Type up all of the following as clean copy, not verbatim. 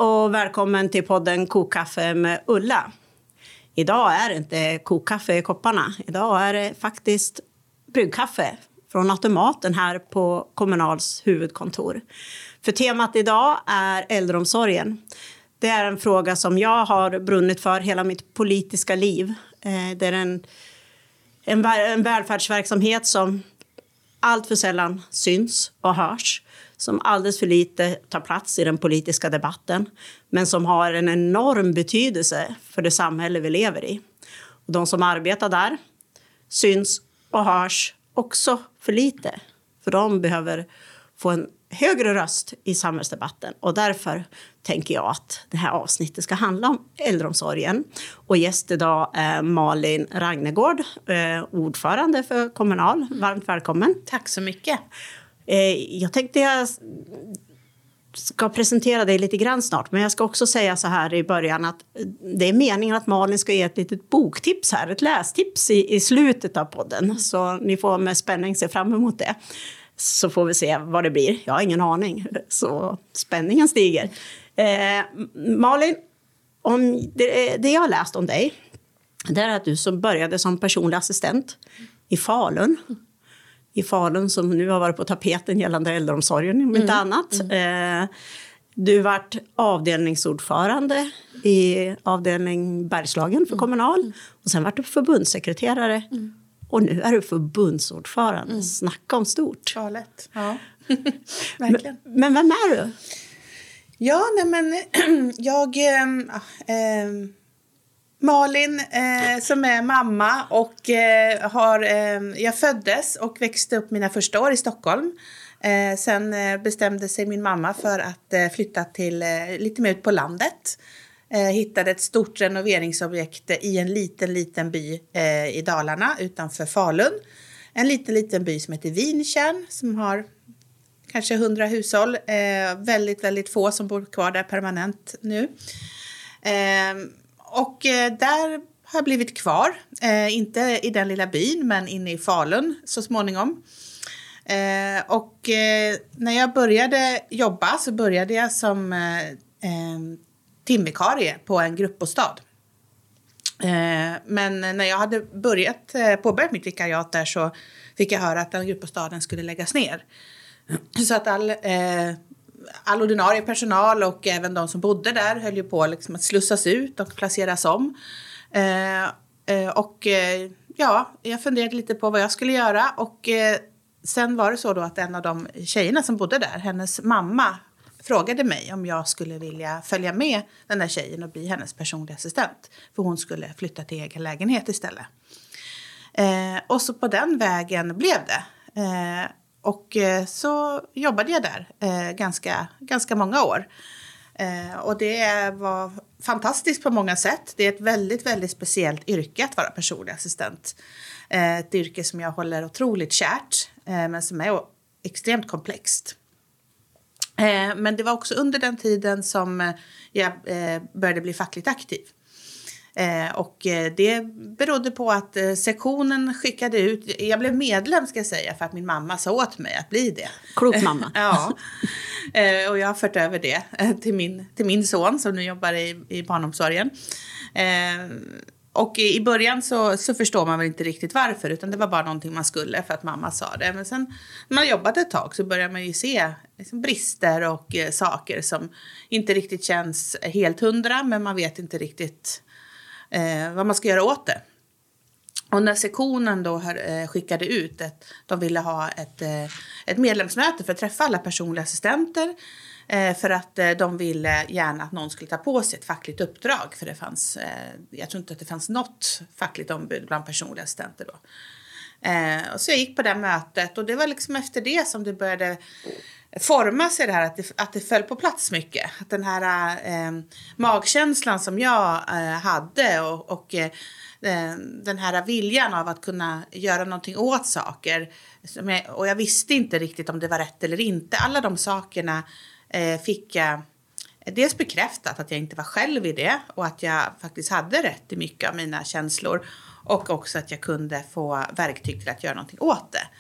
och välkommen till podden Kokkaffe med Ulla. Idag är det inte kokkaffe i kopparna. Idag är det faktiskt bryggkaffe från automaten här på Kommunals huvudkontor. För temat idag är äldreomsorgen. Det är en fråga som jag har brunnit för hela mitt politiska liv. Det är en välfärdsverksamhet som allt för sällan syns och hörs. Som alldeles för lite tar plats i den politiska debatten. Men som har en enorm betydelse för det samhälle vi lever i. Och de som arbetar där syns och hörs också för lite. För de behöver få en högre röst i samhällsdebatten. Och därför tänker jag att det här avsnittet ska handla om äldreomsorgen. Och gäst idag är Malin Ragnegård, ordförande för Kommunal. Varmt välkommen. Tack så mycket. Jag tänkte jag ska presentera dig lite grann snart. Men jag ska också säga så här i början att det är meningen att Malin ska ge ett litet boktips här. Ett lästips i slutet av podden. Så ni får med spänning se fram emot det. Så får vi se vad det blir. Jag har ingen aning. Så spänningen stiger. Malin, om det jag har läst om dig. Det är att du som började som personlig assistent i Falun. I Falun som nu har varit på tapeten gällande äldreomsorgen om inte annat. Du har varit avdelningsordförande i avdelning Bergslagen för Kommunal. Och sen varit du förbundssekreterare. Och nu är du förbundsordförande. Snacka om stort. Galet. Ja, verkligen. Men vem är du? Ja, nej men jag... Malin som är mamma och jag föddes och växte upp mina första år i Stockholm. Sen bestämde sig min mamma för att flytta till lite mer ut på landet. Hittade ett stort renoveringsobjekt i en liten by i Dalarna utanför Falun. En liten by som heter Vinkärn som har kanske 100 hushåll. Väldigt få som bor kvar där permanent nu. Och där har jag blivit kvar. Inte i den lilla byn men inne i Falun så småningom. Och när jag började jobba så började jag som timvikarie på en gruppbostad. Men när jag hade påbörjat mitt vikariat där så fick jag höra att den gruppbostaden skulle läggas ner. Så att all ordinarie personal och även de som bodde där höll ju på liksom att slussas ut och placeras om. Jag funderade lite på vad jag skulle göra. Och sen var det så då att en av de tjejerna som bodde där, hennes mamma, frågade mig om jag skulle vilja följa med den där tjejen och bli hennes personliga assistent. För hon skulle flytta till egen lägenhet istället. Och så på den vägen blev det. Och så jobbade jag där ganska många år. Och det var fantastiskt på många sätt. Det är ett väldigt speciellt yrke att vara personlig assistent. Ett yrke som jag håller otroligt kärt. Men som är extremt komplext. Men det var också under den tiden som jag började bli fackligt aktiv. Och det berodde på att sektionen skickade ut, jag blev medlem ska jag säga för att min mamma sa åt mig att bli det. Klok mamma. Ja, och jag har fört över det till min son som nu jobbar i barnomsorgen. Och i början så förstår man väl inte riktigt varför, utan det var bara någonting man skulle för att mamma sa det. Men sen när man jobbat ett tag så börjar man ju se liksom brister och saker som inte riktigt känns helt 100, men man vet inte riktigt vad man ska göra åt det. Och när sektionen då skickade ut de ville ha ett medlemsmöte för att träffa alla personliga assistenter. För att de ville gärna att någon skulle ta på sig ett fackligt uppdrag. För det fanns, jag tror inte att det fanns något fackligt ombud bland personliga assistenter då. Och så jag gick på det mötet och det var liksom efter det som det började forma sig det här att det föll på plats mycket. Att den här magkänslan som jag hade och den här viljan av att kunna göra någonting åt saker. Och jag visste inte riktigt om det var rätt eller inte. Alla de sakerna fick jag dels bekräftat att jag inte var själv i det. Och att jag faktiskt hade rätt i mycket av mina känslor. Och också att jag kunde få verktyg till att göra någonting åt det.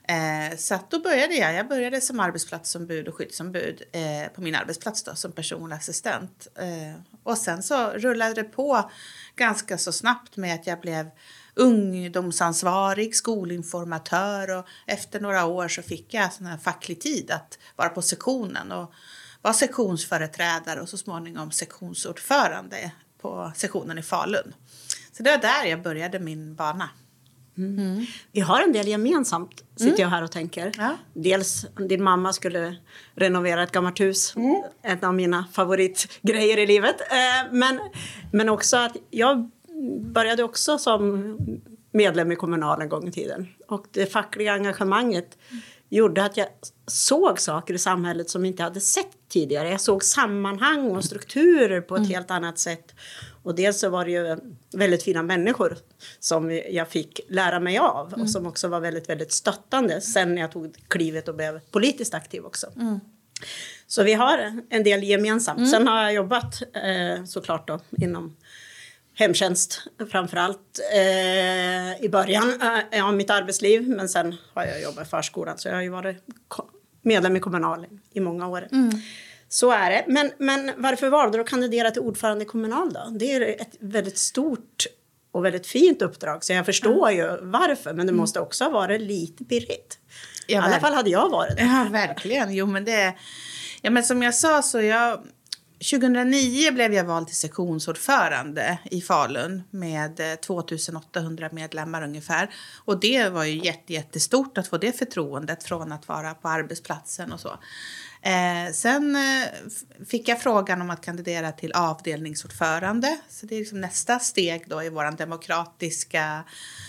Så att då började jag började som arbetsplatsombud och skyddsombud på min arbetsplats då, som personlig assistent. Och sen så rullade det på ganska så snabbt med att jag blev ungdomsansvarig, skolinformatör, och efter några år så fick jag sån här facklig tid att vara på sektionen och vara sektionsföreträdare och så småningom sektionsordförande på sektionen i Falun. Så det var där jag började min bana. Vi har en del gemensamt, sitter jag här och tänker. Ja. Dels din mamma skulle renovera ett gammalt hus. En av mina favoritgrejer i livet. Men också att jag började också som medlem i Kommunal en gång i tiden. Och det fackliga engagemanget gjorde att jag såg saker i samhället som jag inte hade sett tidigare. Jag såg sammanhang och strukturer på ett helt annat sätt. Och dels så var det ju väldigt fina människor som jag fick lära mig av. Och som också var väldigt, väldigt stöttande sen när jag tog klivet och blev politiskt aktiv också. Så vi har en del gemensamt. Sen har jag jobbat såklart då inom hemtjänst framförallt i början av mitt arbetsliv. Men sen har jag jobbat i förskolan. Så jag har ju varit medlem i Kommunal i många år. Så är det. Men varför valde du att kandidera till ordförande i Kommunal då? Det är ett väldigt stort och väldigt fint uppdrag. Så jag förstår ju varför. Men det måste också ha varit lite pirrigt. I alla fall hade jag varit det. Ja, verkligen. Jo, men det... Ja, men som jag sa så 2009 blev jag vald till sektionsordförande i Falun med 2800 medlemmar ungefär. Och det var ju jättestort att få det förtroendet från att vara på arbetsplatsen och så. Sen fick jag frågan om att kandidera till avdelningsordförande. Så det är liksom nästa steg då i vår demokratiska...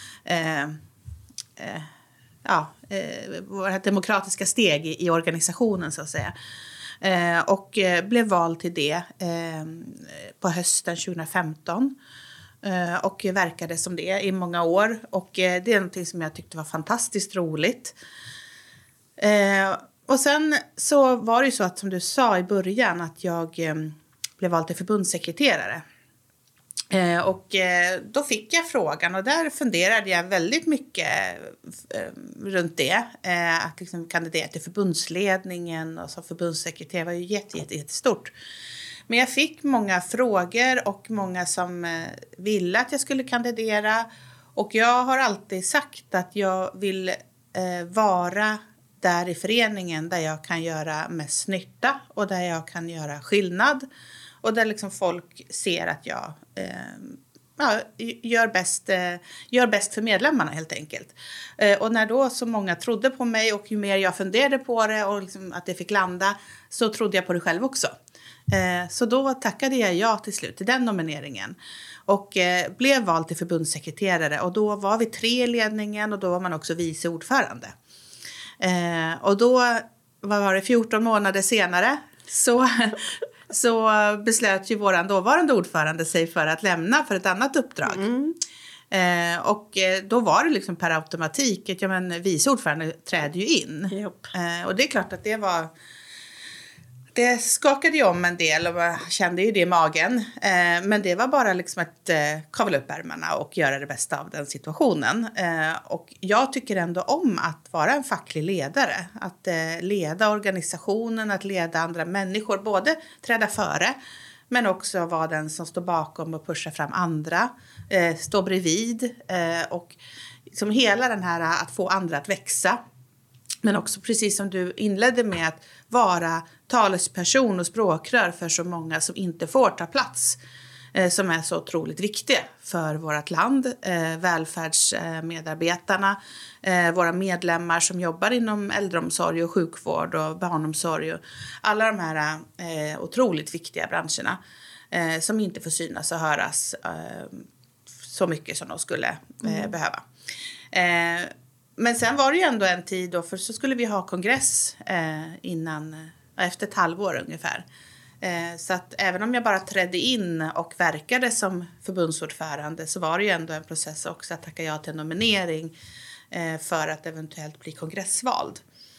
våra demokratiska steg i organisationen så att säga. Och blev vald till det på hösten 2015. Och verkade som det i många år. Och det är någonting som jag tyckte var fantastiskt roligt. Och sen så var det ju så att, som du sa i början, att jag blev vald till förbundssekreterare. Och då fick jag frågan, och där funderade jag väldigt mycket runt det. Att liksom kandidera till förbundsledningen och som förbundssekreterare var ju jättestort. Men jag fick många frågor och många som ville att jag skulle kandidera. Och jag har alltid sagt att jag vill vara där i föreningen där jag kan göra mest nytta och där jag kan göra skillnad. Och där liksom folk ser att jag gör bäst för medlemmarna helt enkelt. Och när då så många trodde på mig och ju mer jag funderade på det och liksom att det fick landa, så trodde jag på det själv också. Så då tackade jag ja till slut till den nomineringen. Och blev vald till förbundssekreterare. Och då var vi 3 i ledningen och då var man också vice ordförande. Och då var det 14 månader senare så beslöt ju våran dåvarande ordförande sig för att lämna för ett annat uppdrag. Och då var det liksom per automatik att vice ordförande trädde ju in. Och det är klart att det skakade ju om en del och jag kände ju det i magen. Men det var bara liksom att kavla upp ärmarna och göra det bästa av den situationen. Och jag tycker ändå om att vara en facklig ledare. Att leda organisationen, att leda andra människor. Både träda före, men också vara den som står bakom och pushar fram andra. Stå bredvid. Och liksom hela den här att få andra att växa. Men också precis som du inledde med att vara talesperson och språkrör för så många som inte får ta plats. Som är så otroligt viktiga för vårt land. Välfärdsmedarbetarna, våra medlemmar som jobbar inom äldreomsorg och sjukvård och barnomsorg. Och alla de här otroligt viktiga branscherna som inte får synas och höras så mycket som de skulle behöva. Men sen var det ju ändå en tid då, för så skulle vi ha kongress efter ett halvår ungefär. Så att även om jag bara trädde in och verkade som förbundsordförande så var det ju ändå en process också att tacka ja till en nominering för att eventuellt bli kongressvald.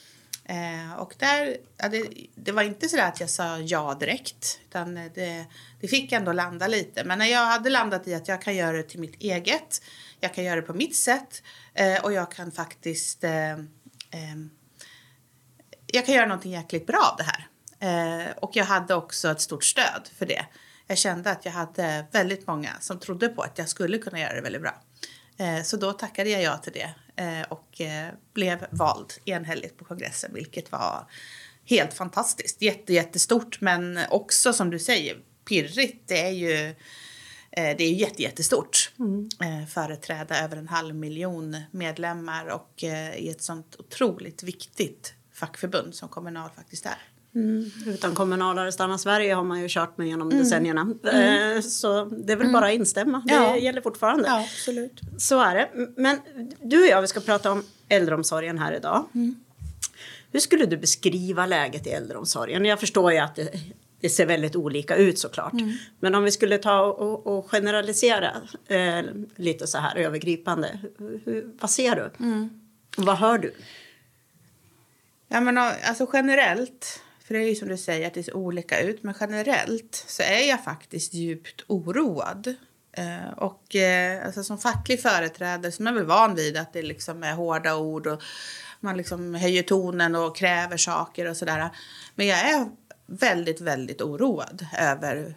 Och där, det var inte så att jag sa ja direkt, utan det fick ändå landa lite. Men när jag hade landat i att jag kan göra det till mitt eget, jag kan göra det på mitt sätt och jag kan faktiskt jag kan göra någonting jäkligt bra av det här. Och jag hade också ett stort stöd för det. Jag kände att jag hade väldigt många som trodde på att jag skulle kunna göra det väldigt bra. Så då tackade jag ja till det och blev vald enhälligt på kongressen, vilket var helt fantastiskt. Jättestort, men också som du säger, pirrigt. Det är ju jättestort. Företräda över 500 000 medlemmar och i ett sånt otroligt viktigt fackförbund som Kommunal faktiskt är. Utan Kommunal hade stannat Sverige har man ju kört med genom decennierna. Så det är väl bara att instämma. Det gäller fortfarande. Ja, absolut. Så är det. Men du och jag, vi ska prata om äldreomsorgen här idag. Hur skulle du beskriva läget i äldreomsorgen? Jag förstår ju att det ser väldigt olika ut såklart. Men om vi skulle ta och generalisera lite så här övergripande. Vad ser du? Vad hör du? Ja, men alltså generellt, för det är ju som du säger att det ser olika ut, men generellt så är jag faktiskt djupt oroad. Och alltså som facklig företrädare som är väl van vid att det liksom är hårda ord och man liksom höjer tonen och kräver saker och sådär. Men jag är väldigt oroad över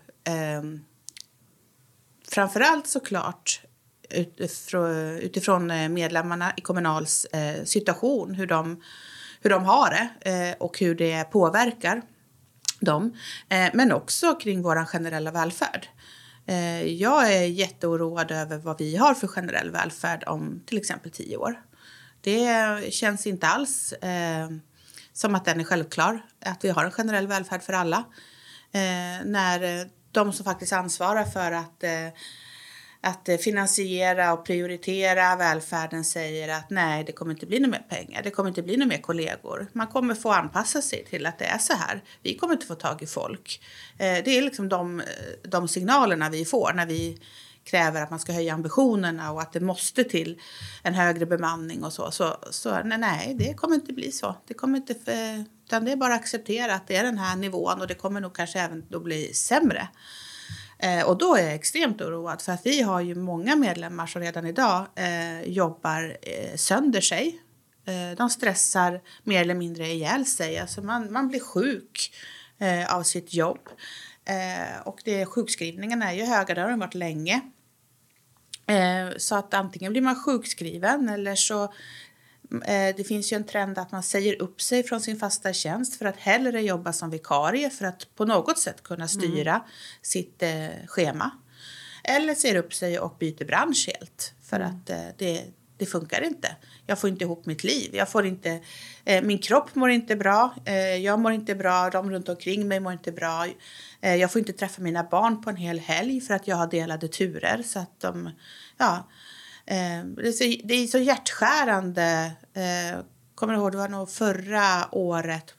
framförallt såklart utifrån medlemmarna i Kommunals situation, hur de har det och hur det påverkar dem. Men också kring vår generella välfärd. Jag är jätteoroad över vad vi har för generell välfärd om till exempel 10 år. Det känns inte alls som att den är självklar. Att vi har en generell välfärd för alla. När de som faktiskt ansvarar för att finansiera och prioritera välfärden säger att nej, det kommer inte bli några mer pengar. Det kommer inte bli några mer kollegor. Man kommer få anpassa sig till att det är så här. Vi kommer inte få tag i folk. Det är liksom de signalerna vi får när vi kräver att man ska höja ambitionerna och att det måste till en högre bemanning och så nej, det kommer inte bli så. Det kommer inte, utan det är bara att acceptera att det är den här nivån och det kommer nog kanske även då bli sämre. Och då är jag extremt oroad för att vi har ju många medlemmar som redan idag jobbar sönder sig. De stressar mer eller mindre ihjäl sig. Alltså man blir sjuk av sitt jobb. Och sjukskrivningarna är ju höga, det har de varit länge. Så att antingen blir man sjukskriven eller så det finns ju en trend att man säger upp sig från sin fasta tjänst för att hellre jobba som vikarie för att på något sätt kunna styra sitt schema. Eller säger upp sig och byter bransch helt för att det funkar inte. Jag får inte ihop mitt liv. Min kropp mår inte bra. Jag mår inte bra. De runt omkring mig mår inte bra. Jag får inte träffa mina barn på en hel helg för att jag har delade turer. Så att det är så hjärtskärande. Kommer du ihåg, det var nog förra året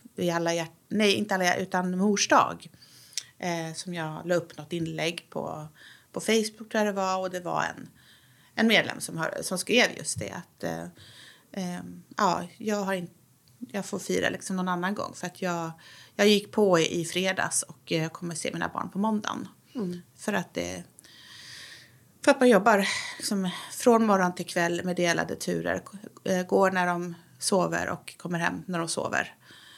utan mors dag. Som jag la upp något inlägg på Facebook där det var. Och det var en medlem som skrev just det. Att jag får fira liksom någon annan gång. För att jag gick på i fredags och jag kommer se mina barn på måndagen. För att man jobbar liksom från morgon till kväll med delade turer. Går när de sover och kommer hem när de sover.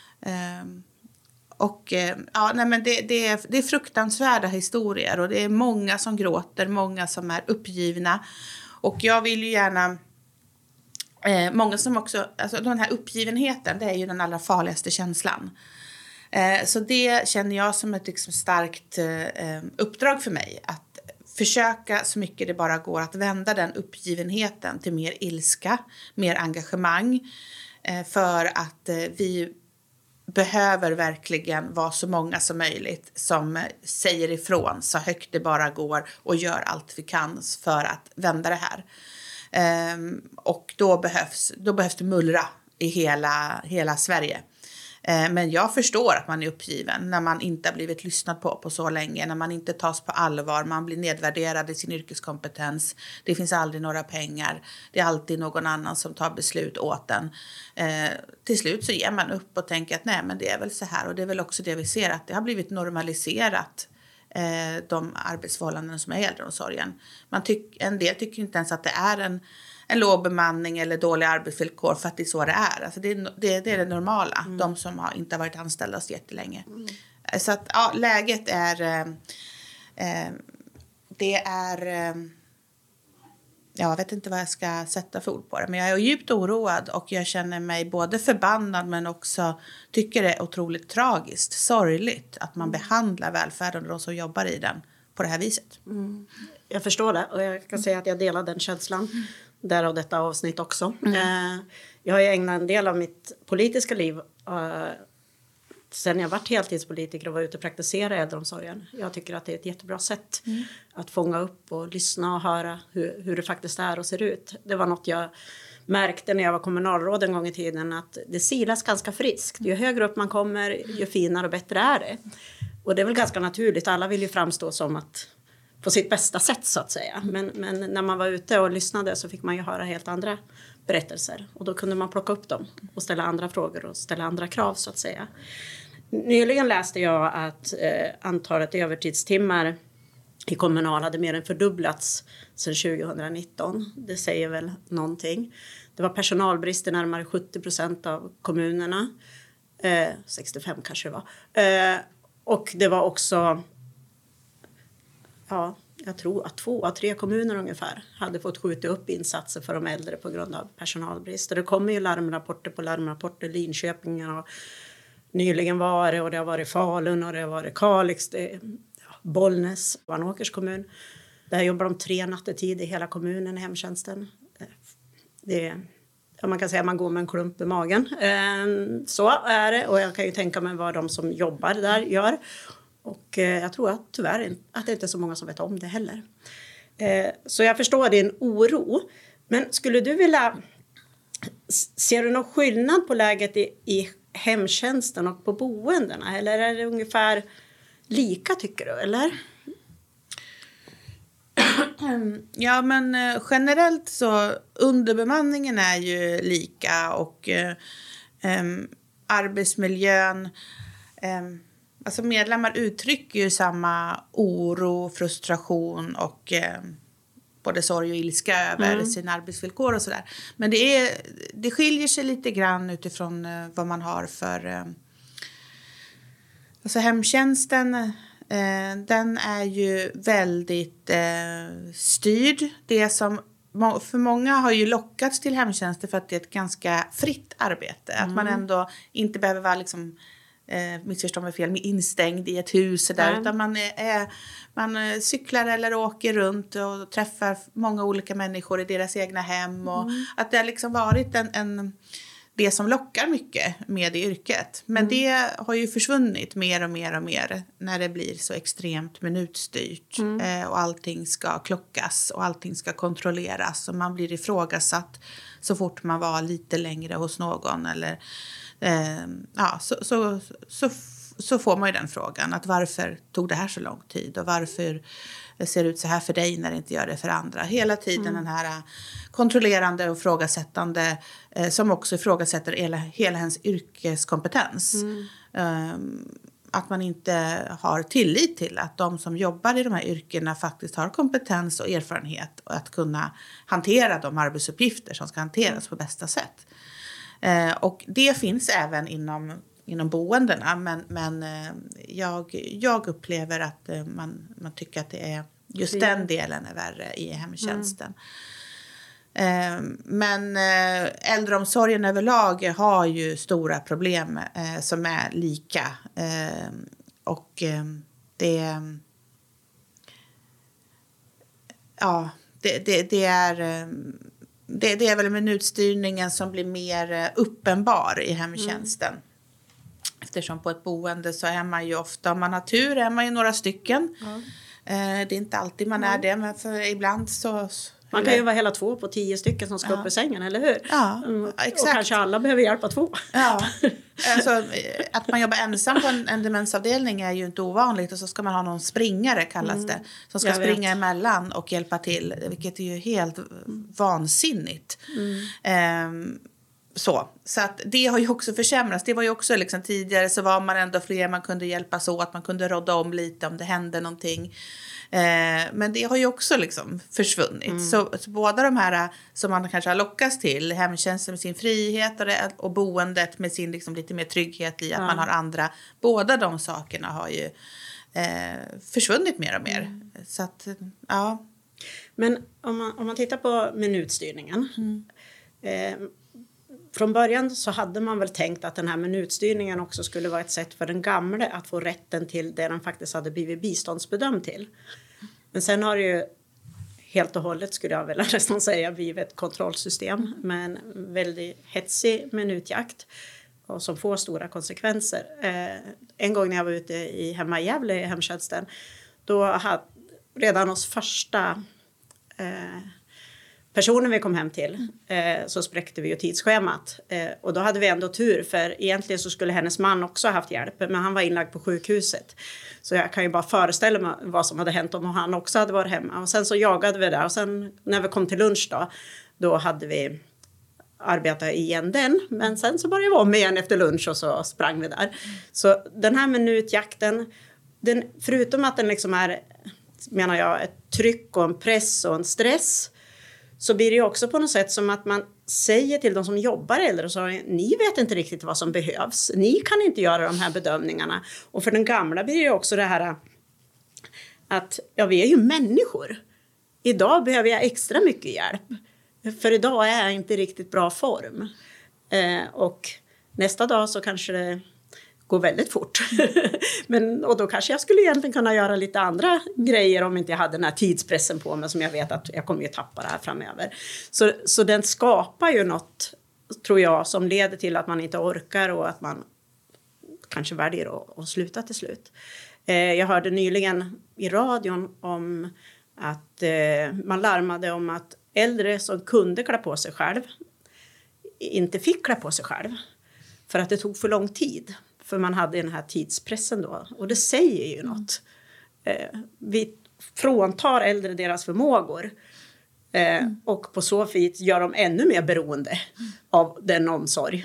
Det är fruktansvärda historier och det är många som gråter, många som är uppgivna. Och jag vill ju gärna, många som också, alltså den här uppgivenheten, det är ju den allra farligaste känslan. Så det känner jag som ett liksom starkt uppdrag för mig, att försöka så mycket det bara går att vända den uppgivenheten till mer ilska, mer engagemang. För att vi behöver verkligen vara så många som möjligt som säger ifrån så högt det bara går och gör allt vi kan för att vända det här. Och då behövs det mullra i hela Sverige. Men jag förstår att man är uppgiven när man inte har blivit lyssnad på så länge. När man inte tas på allvar, man blir nedvärderad i sin yrkeskompetens. Det finns aldrig några pengar. Det är alltid någon annan som tar beslut åt en. Till slut så ger man upp och tänker att nej, men det är väl så här. Och det är väl också det vi ser, att det har blivit normaliserat de arbetsförhållanden som är i äldreomsorgen. En del tycker inte ens att det är en låg bemanning eller dåliga arbetsvillkor för att det är så det är. Alltså det är det normala. De som inte har varit anställda så jättelänge. Så att ja, läget är... det är... jag vet inte vad jag ska sätta för ord på det. Men jag är djupt oroad och jag känner mig både förbannad men också tycker det är otroligt tragiskt, sorgligt att man behandlar välfärden och de som jobbar i den på det här viset. Jag förstår det och jag kan säga att jag delar den känslan. Därav detta avsnitt också. Jag har ju ägnat en del av mitt politiska liv sen jag varit heltidspolitiker och var ute och praktisera äldreomsorgen. Jag tycker att det är ett jättebra sätt att fånga upp och lyssna och höra hur det faktiskt är och ser ut. Det var något jag märkte när jag var kommunalråd en gång i tiden, att det silas ganska friskt. Ju högre upp man kommer, ju finare och bättre är det. Och det är väl ganska naturligt. Alla vill ju framstå som att på sitt bästa sätt så att säga. Men när man var ute och lyssnade så fick man ju höra helt andra berättelser. Och då kunde man plocka upp dem och ställa andra frågor och ställa andra krav så att säga. Nyligen läste jag att antalet övertidstimmar i Kommunal hade mer än fördubblats sedan 2019. Det säger väl någonting. Det var personalbrist i närmare 70% av kommunerna. 65 kanske det var. Och det var också... Ja, jag tror att 2 av 3 kommuner ungefär hade fått skjuta upp insatser för de äldre på grund av personalbrist. Och det kommer ju larmrapporter på larmrapporter. Linköping och nyligen var det, och det har varit Falun och det har varit Kalix, Bollnäs, Vanåkers kommun. Där jobbar de 3 nattetid i hela kommunen i hemtjänsten. Man kan säga att man går med en klump i magen. Så är det, och jag kan ju tänka mig vad de som jobbar där gör. Och jag tror att tyvärr att det inte är så många som vet om det heller. Så jag förstår din oro. Men skulle du vilja... Ser du någon skillnad på läget i hemtjänsten och på boendena? Eller är det ungefär lika tycker du, eller? Ja, men generellt så underbemanningen är ju lika och arbetsmiljön... Alltså medlemmar uttrycker ju samma oro, frustration och både sorg och ilska över sina arbetsvillkor och sådär. Men det skiljer sig lite grann utifrån vad man har för... Alltså hemtjänsten, den är ju väldigt styrd. Det som för många har ju lockats till hemtjänsten för att det är ett ganska fritt arbete. Att man ändå inte behöver vara liksom... missförstå mig fel, med instängd i ett hus där, utan man cyklar eller åker runt och träffar många olika människor i deras egna hem och att det har liksom varit det som lockar mycket med det yrket. Men det har ju försvunnit mer och mer och mer när det blir så extremt minutstyrt och allting ska klockas och allting ska kontrolleras och man blir ifrågasatt så fort man var lite längre hos någon eller så får man ju den frågan att varför tog det här så lång tid och varför ser det ut så här för dig när det inte gör det för andra. Hela tiden den här kontrollerande och ifrågasättande som också ifrågasätter hela ens yrkeskompetens. Att man inte har tillit till att de som jobbar i de här yrkena faktiskt har kompetens och erfarenhet och att kunna hantera de arbetsuppgifter som ska hanteras på bästa sätt. Och det finns även inom boendena, men jag upplever att man tycker att det är just den delen är värre i hemtjänsten. Men äldreomsorgen överlag har ju stora problem som är lika och det är väl minutstyrningen som blir mer uppenbar i hemtjänsten. Eftersom på ett boende så är man ju ofta, om man har tur är man ju några stycken. Det är inte alltid man är det, men för ibland så... Man kan ju vara hela 2 på 10 stycken som ska upp i sängen, eller hur? Ja, exakt. Och kanske alla behöver hjälpa 2. Ja, alltså, att man jobbar ensam på en demensavdelning är ju inte ovanligt. Och så ska man ha någon springare, kallas det. Som ska springa emellan och hjälpa till. Vilket är ju helt vansinnigt. Så att det har ju också försämrats. Det var ju också liksom, tidigare så var man ändå fler, man kunde hjälpas åt, man kunde råda om lite om det hände någonting. Men det har ju också liksom försvunnit. Så båda de här som man kanske har lockats till, hemtjänsten med sin frihet och boendet med sin liksom lite mer trygghet i att man har andra, båda de sakerna har ju försvunnit mer och mer. Så att, ja. Men om man tittar på minutstyrningen. Från början så hade man väl tänkt att den här minutstyrningen också skulle vara ett sätt för den gamla att få rätten till det den faktiskt hade blivit biståndsbedömd till. Men sen har det ju helt och hållet, skulle jag väl nästan säga, blivit ett kontrollsystem med en väldigt hetsig minutjakt och som får stora konsekvenser. En gång när jag var ute hemma i Gävle i hemtjänsten, då hade redan hos första personen vi kom hem till så spräckte vi ju tidsschemat. Och då hade vi ändå tur, för egentligen så skulle hennes man också ha haft hjälp. Men han var inlagd på sjukhuset. Så jag kan ju bara föreställa mig vad som hade hänt om han också hade varit hemma. Och sen så jagade vi där. Och sen när vi kom till lunch då hade vi arbetat igen den. Men sen så började vi om igen efter lunch och så sprang vi där. Så den här minutjakten, förutom att den liksom är, menar jag, ett tryck och en press och en stress, så blir det ju också på något sätt som att man säger till de som jobbar äldre och så, ni vet inte riktigt vad som behövs. Ni kan inte göra de här bedömningarna. Och för den gamla blir det ju också det här att vi är ju människor. Idag behöver jag extra mycket hjälp. För idag är jag inte i riktigt bra form. Och nästa dag så kanske det går väldigt fort. Och då kanske jag skulle egentligen kunna göra lite andra grejer om inte jag hade den här tidspressen på mig som jag vet att jag kommer ju tappa det här framöver. Så den skapar ju något, tror jag, som leder till att man inte orkar och att man kanske väljer att sluta till slut. Jag hörde nyligen i radion om att man larmade om att äldre som kunde klä på sig själv inte fick klä på sig själv för att det tog för lång tid. För man hade den här tidspressen då. Och det säger ju något. Vi fråntar äldre deras förmågor. Och på så vis gör de ännu mer beroende av den omsorg.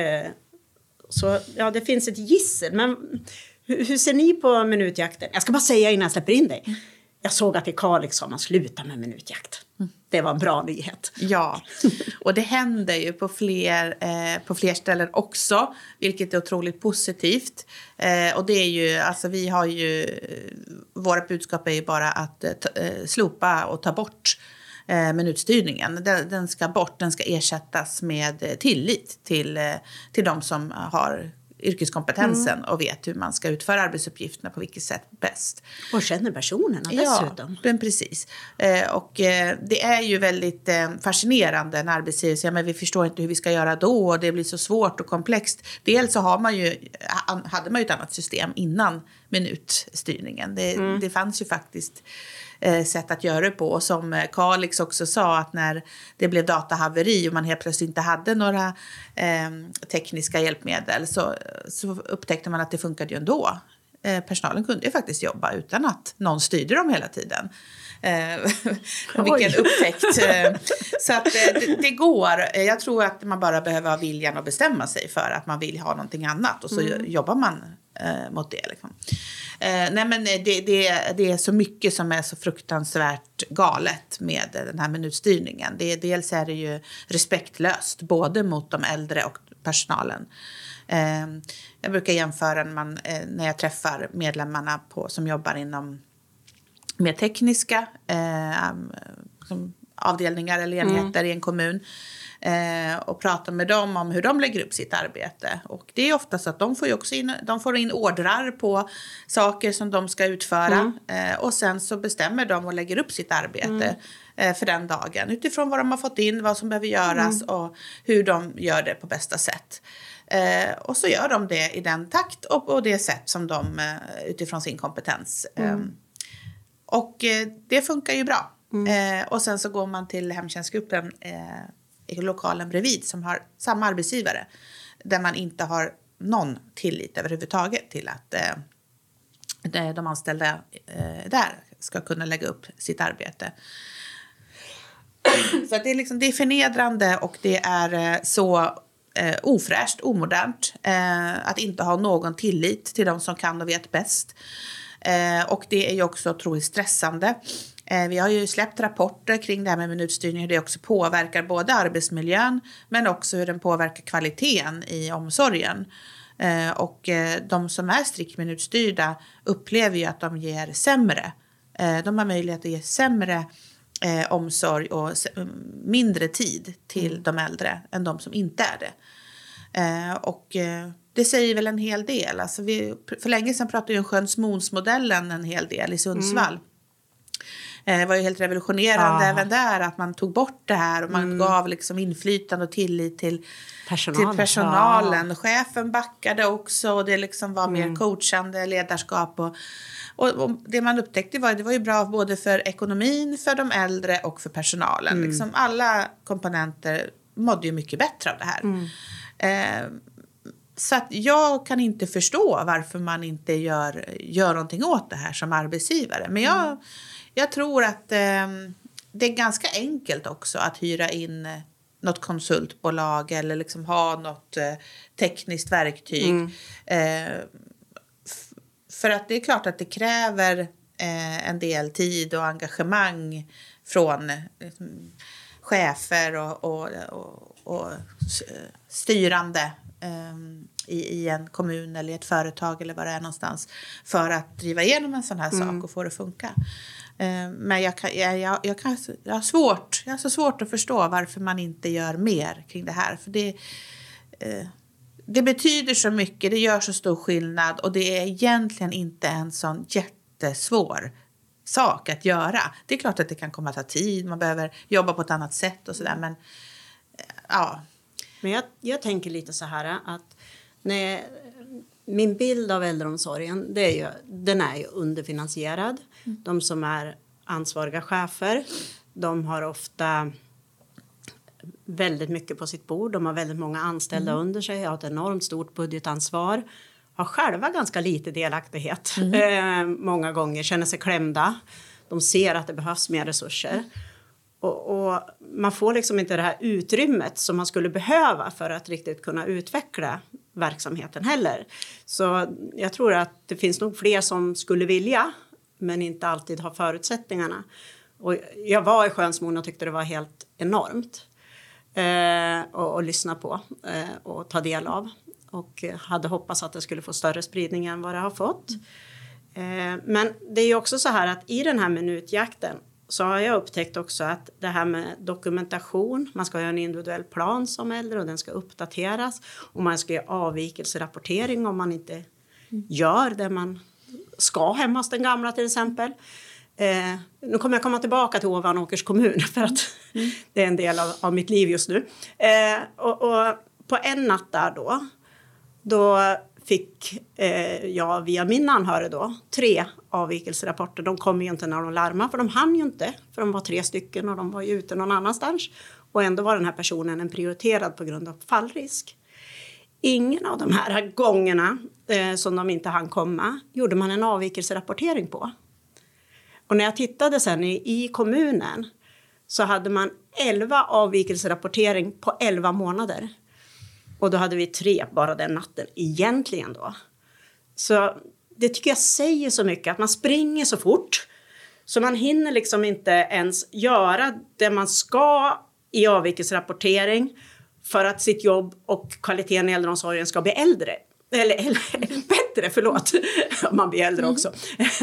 Så ja, det finns ett gissel. Men hur ser ni på minutjakten? Jag ska bara säga innan jag släpper in dig. Jag såg att i Kalix sa man sluta med minutjakt. Det var en bra nyhet. Ja, och det händer ju på fler ställen också, vilket är otroligt positivt. Och det är ju, alltså vi har ju, våra budskap är ju bara att slopa och ta bort minutstyrningen. Den ska bort, den ska ersättas med tillit till de som har yrkeskompetensen och vet hur man ska utföra arbetsuppgifterna på vilket sätt bäst. Och känner personerna dessutom. Ja, men precis. Och det är ju väldigt fascinerande när arbetsgivare säger men vi förstår inte hur vi ska göra då och det blir så svårt och komplext. Dels så hade man ju ett annat system innan minutstyrningen. Det fanns ju faktiskt sätt att göra det på. Och som Kalix också sa, att när det blev datahaveri och man helt plötsligt inte hade några tekniska hjälpmil så upptäckte man att det funkade ju ändå. Personalen kunde ju faktiskt jobba utan att någon styrde dem hela tiden. Vilken upptäckt. Så att det går. Jag tror att man bara behöver ha viljan att bestämma sig för att man vill ha någonting annat. Och så jobbar man mot det. Liksom. Nej, men det är så mycket som är så fruktansvärt galet med den här minutstyrningen. Dels är det ju respektlöst både mot de äldre och personalen. Jag brukar jämföra när jag träffar medlemmarna som jobbar inom mer tekniska avdelningar eller enheter i en kommun och pratar med dem om hur de lägger upp sitt arbete. Och det är ofta så att de får ju också får in ordrar på saker som de ska utföra och sen så bestämmer de och lägger upp sitt arbete för den dagen utifrån vad de har fått in, vad som behöver göras och hur de gör det på bästa sätt. Och så gör de det i den takt och det sätt som de utifrån sin kompetens. Och det funkar ju bra. Och sen så går man till hemtjänstgruppen i lokalen bredvid som har samma arbetsgivare. Där man inte har någon tillit överhuvudtaget till att de anställda där ska kunna lägga upp sitt arbete. Så att det är förnedrande och det är så ofräscht, omodernt. Att inte ha någon tillit till de som kan och vet bäst. Och det är ju också otroligt stressande. Vi har ju släppt rapporter kring det här med minutstyrning, hur det också påverkar både arbetsmiljön men också hur den påverkar kvaliteten i omsorgen. Och de som är strikt minutstyrda upplever ju att de ger sämre. De har möjlighet att ge sämre omsorg och mindre tid till de äldre än de som inte är det. Och det säger väl en hel del. Alltså för länge sedan pratade ju om Skönsmånsmodellen en hel del i Sundsvall. Det var ju helt revolutionerande även där att man tog bort det här och man gav liksom inflytande och tillit till personalen. Chefen backade också och det liksom var mer coachande ledarskap och det man upptäckte det var ju bra både för ekonomin, för de äldre och för personalen. Liksom alla komponenter mådde ju mycket bättre av det här. Så att jag kan inte förstå varför man inte gör någonting åt det här som arbetsgivare. Men jag tror att det är ganska enkelt också att hyra in något konsultbolag eller liksom ha något tekniskt verktyg. För att det är klart att det kräver en del tid och engagemang från chefer och styrande i en kommun eller i ett företag eller vad det är någonstans för att driva igenom en sån här sak och få det att funka. Men jag har så svårt att förstå varför man inte gör mer kring det här. För det betyder så mycket, det gör så stor skillnad och det är egentligen inte en sån jättesvår sak att göra. Det är klart att det kan komma att ta tid, man behöver jobba på ett annat sätt och sådär, men ja. Men jag tänker lite så här att min bild av äldreomsorgen den är ju underfinansierad. De som är ansvariga chefer, de har ofta väldigt mycket på sitt bord. De har väldigt många anställda under sig, har ett enormt stort budgetansvar. Har själva ganska lite delaktighet. Många gånger känner sig klämda. De ser att det behövs mer resurser. Och man får liksom inte det här utrymmet som man skulle behöva för att riktigt kunna utveckla verksamheten heller. Så jag tror att det finns nog fler som skulle vilja men inte alltid har förutsättningarna. Och jag var i Skönsmån och tyckte det var helt enormt att lyssna på och ta del av. Och hade hoppats att det skulle få större spridning än vad det har fått. Men det är ju också så här att i den här minutjakten så har jag upptäckt också att det här med dokumentation, man ska göra en individuell plan som äldre och den ska uppdateras. Och man ska göra avvikelserapportering om man inte gör det man ska hemma hos den gamla till exempel. Nu kommer jag komma tillbaka till Ovanåkers kommun för att det är en del av mitt liv just nu. Och på en natt där då fick jag via min anhörig 3 avvikelserapporter. De kom ju inte när de larmade för de hann ju inte. För de var 3 stycken och de var ju ute någon annanstans. Och ändå var den här personen en prioriterad på grund av fallrisk. Ingen av de här gångerna som de inte hann komma gjorde man en avvikelserapportering på. Och när jag tittade sen i kommunen så hade man 11 avvikelserapportering på 11 månader. Och då hade vi 3 bara den natten egentligen då. Så det tycker jag säger så mycket att man springer så fort. Så man hinner liksom inte ens göra det man ska i avvikelserapportering för att sitt jobb och kvaliteten i äldreomsorgen ska bli äldre. Eller bättre, förlåt. Man blir äldre också.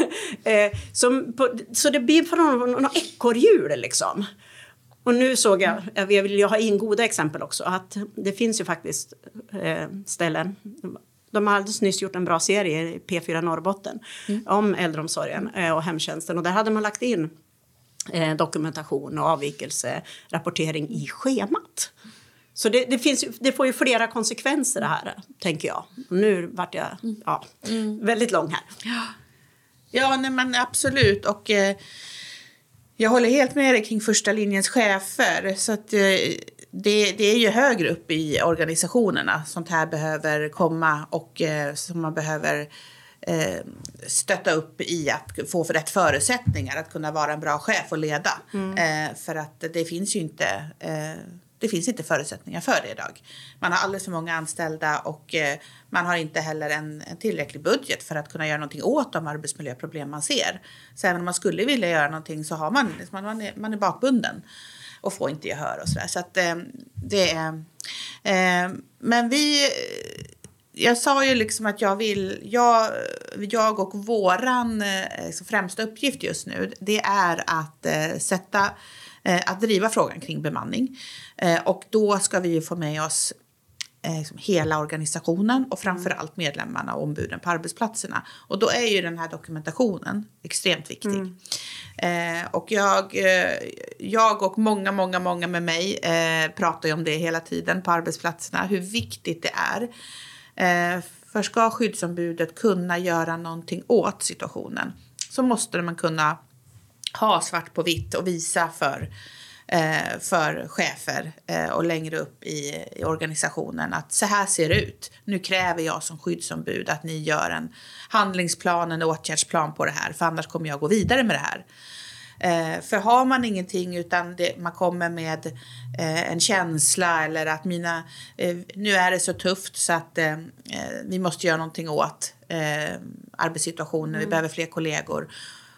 Så det blir för någon ekorrhjul liksom. Och nu såg jag vill ha in goda exempel också, att det finns ju faktiskt ställen. De har alldeles nyss gjort en bra serie i P4 Norrbotten om äldreomsorgen och hemtjänsten. Och där hade man lagt in dokumentation och avvikelserapportering i schemat. Så det får ju flera konsekvenser det här, tänker jag. Och nu vart jag väldigt lång här. Ja, nej, men absolut. Och jag håller helt med dig kring första linjens chefer. Så att det är ju högre upp i organisationerna sånt här behöver komma och som man behöver stötta upp i att få för rätt förutsättningar att kunna vara en bra chef och leda. För att det finns ju inte det finns inte förutsättningar för det idag. Man har alldeles för många anställda och man har inte heller en tillräcklig budget för att kunna göra någonting åt de arbetsmiljöproblem man ser. Så även om man skulle vilja göra någonting så har man är bakbunden och får inte gehör och sådär. Så att det är... Men jag sa ju liksom att jag och våran främsta uppgift just nu, det är att driva frågan kring bemanning. Och då ska vi ju få med oss hela organisationen och framförallt medlemmarna och ombuden på arbetsplatserna. Och då är ju den här dokumentationen extremt viktig. Och jag och många med mig pratar ju om det hela tiden på arbetsplatserna, hur viktigt det är. För ska skyddsombudet kunna göra någonting åt situationen så måste man kunna ha svart på vitt och visa för chefer och längre upp i organisationen att så här ser det ut. Nu kräver jag som skyddsombud att ni gör en handlingsplan, en åtgärdsplan på det här, för annars kommer jag gå vidare med det här. För har man ingenting utan man kommer med en känsla eller att nu är det så tufft så att vi måste göra någonting åt arbetssituationen, vi behöver fler kollegor.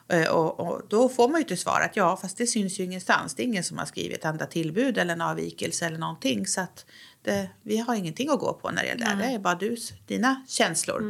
Och då får man ju till svar att ja, fast det syns ju ingenstans. Det är ingen som har skrivit enda tillbud eller en avvikelse eller någonting. Så att vi har ingenting att gå på när det gäller det. Det är bara dina känslor.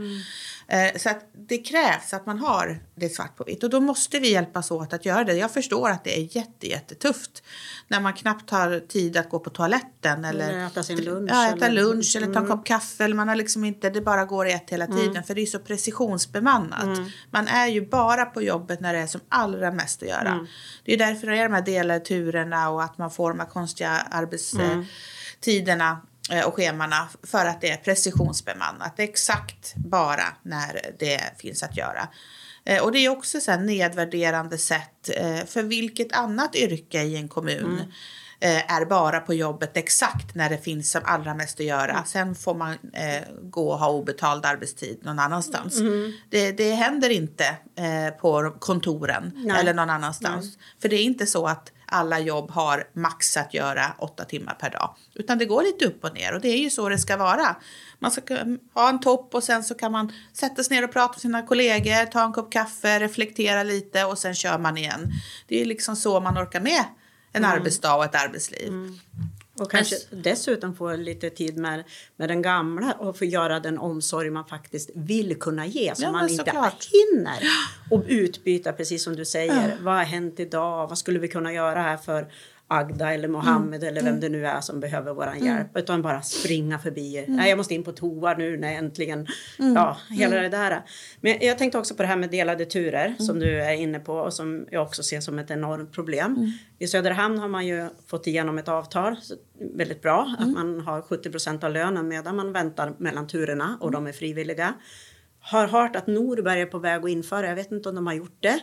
Så att det krävs att man har det svart på vitt. Och då måste vi hjälpas åt att göra det. Jag förstår att det är jättetufft. När man knappt har tid att gå på toaletten. Eller äta sin lunch. Ja, äta lunch eller ta en kopp kaffe. Eller man har liksom inte, det bara går i ett hela tiden. För det är så precisionsbemannat. Man är ju bara på jobbet när det är som allra mest att göra. Det är därför det är de här delade turerna och att man får de här konstiga arbetstiderna och schemarna, för att det är precisionsbemannat. Det är exakt bara när det finns att göra. Och det är också så här nedvärderande sätt, för vilket annat yrke i en kommun är bara på jobbet exakt när det finns som allra mest att göra. Sen får man gå och ha obetald arbetstid någon annanstans. Det händer inte på kontoren eller någon annanstans. För det är inte så att alla jobb har max att göra 8 timmar per dag. Utan det går lite upp och ner. Och det är ju så det ska vara. Man ska ha en topp och sen så kan man sätta sig ner och prata med sina kollegor. Ta en kopp kaffe, reflektera lite och sen kör man igen. Det är liksom så man orkar med en arbetsdag och ett arbetsliv. Och kanske dessutom få lite tid med den gamla och få göra den omsorg man faktiskt vill kunna ge. Så man inte hinner. Och utbyta, precis som du säger. Vad har hänt idag? Vad skulle vi kunna göra här för Agda eller Mohammed eller vem det nu är som behöver våran hjälp. Utan bara springa förbi. Nej, jag måste in på toa nu när jag äntligen... Hela det där. Men jag tänkte också på det här med delade turer som du är inne på och som jag också ser som ett enormt problem. I Söderhamn har man ju fått igenom ett avtal, så väldigt bra. Att man har 70% av lönen medan man väntar mellan turerna och de är frivilliga. Har hört att Norberg är på väg att införa, jag vet inte om de har gjort det.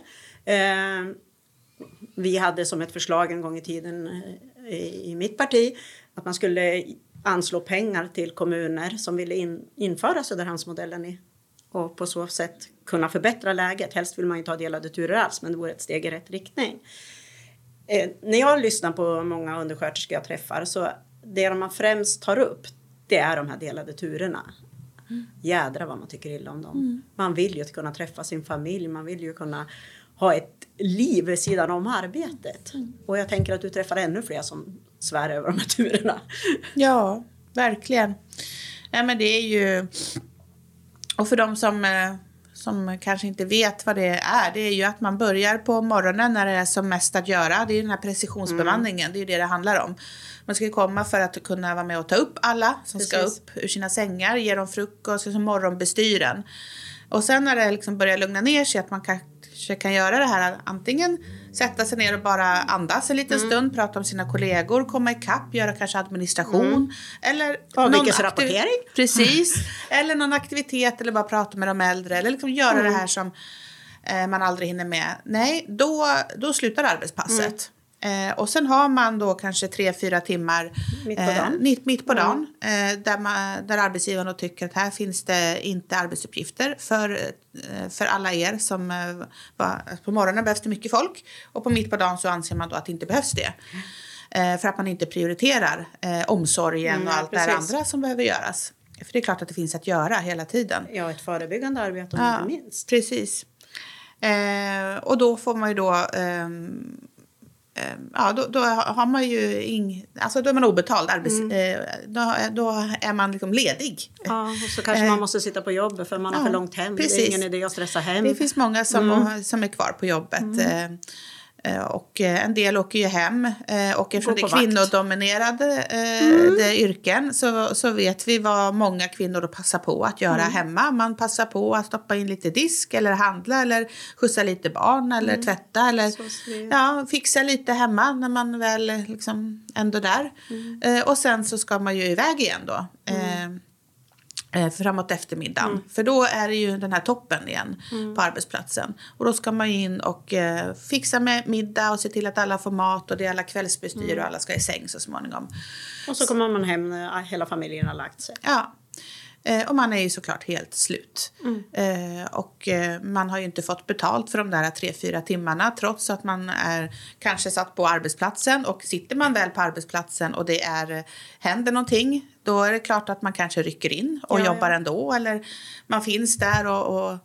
Vi hade som ett förslag en gång i tiden i mitt parti att man skulle anslå pengar till kommuner som ville införa Söderhamnsmodellen och på så sätt kunna förbättra läget. Helst vill man inte ha delade turer alls, men det vore ett steg i rätt riktning. När jag lyssnar på många undersköterskor jag träffar, så det man främst tar upp, det är de här delade turerna. Jädra vad man tycker illa om dem. Man vill ju kunna träffa sin familj, man vill ju kunna ha ett liv vid sidan om arbetet. Och jag tänker att du träffar ännu fler som svär över de här turerna. Ja, verkligen. Ja, men det är ju... Och för de som kanske inte vet vad det är ju att man börjar på morgonen när det är som mest att göra. Det är ju den här precisionsbemanningen, det är ju det handlar om. Man ska komma för att kunna vara med och ta upp alla som ska upp ur sina sängar, ge dem frukost, som morgonbestyren. Och sen när det liksom börjar lugna ner sig, att man kanske kan göra det här, antingen sätta sig ner och bara andas en liten stund, prata om sina kollegor, komma ikapp, göra kanske administration eller avvikelserappportering. Precis. Eller någon aktivitet, eller bara prata med de äldre, eller liksom göra det här som man aldrig hinner med. Nej, då slutar arbetspasset. Och sen har man då kanske 3-4 timmar mitt på dagen där arbetsgivaren då tycker att här finns det inte arbetsuppgifter för alla er som på morgonen behövs det mycket folk och på mitt på dagen så anser man då att det inte behövs det. För att man inte prioriterar omsorgen och allt det precis. andra som behöver göras. För det är klart att det finns att göra hela tiden. Ja, ett förebyggande arbete om inte minst. Precis. Och då får man ju då har man ju då är man obetald då är man liksom ledig. Ja, och så kanske man måste sitta på jobbet för man har för långt hem. Precis. Det är ingen idé att stressa hem. Det finns många som är kvar på jobbet. Och en del åker ju hem. Och eftersom det är kvinnodominerade yrken så vet vi vad många kvinnor då passar på att göra hemma. Man passar på att stoppa in lite disk eller handla eller skjutsa lite barn eller tvätta eller fixa lite hemma när man väl liksom ändå där. Och sen så ska man ju iväg igen då. Framåt eftermiddagen. För då är det ju den här toppen igen på arbetsplatsen. Och då ska man in och fixa med middag och se till att alla får mat och det är alla kvällsbestyr och alla ska i säng så småningom. Och så kommer man hem när hela familjen har lagt sig. Ja. Och man är ju såklart helt slut. Och man har ju inte fått betalt för de där 3-4 timmarna. Trots att man är kanske satt på arbetsplatsen. Och sitter man väl på arbetsplatsen och det händer någonting. Då är det klart att man kanske rycker in och jobbar ändå. Eller man finns där och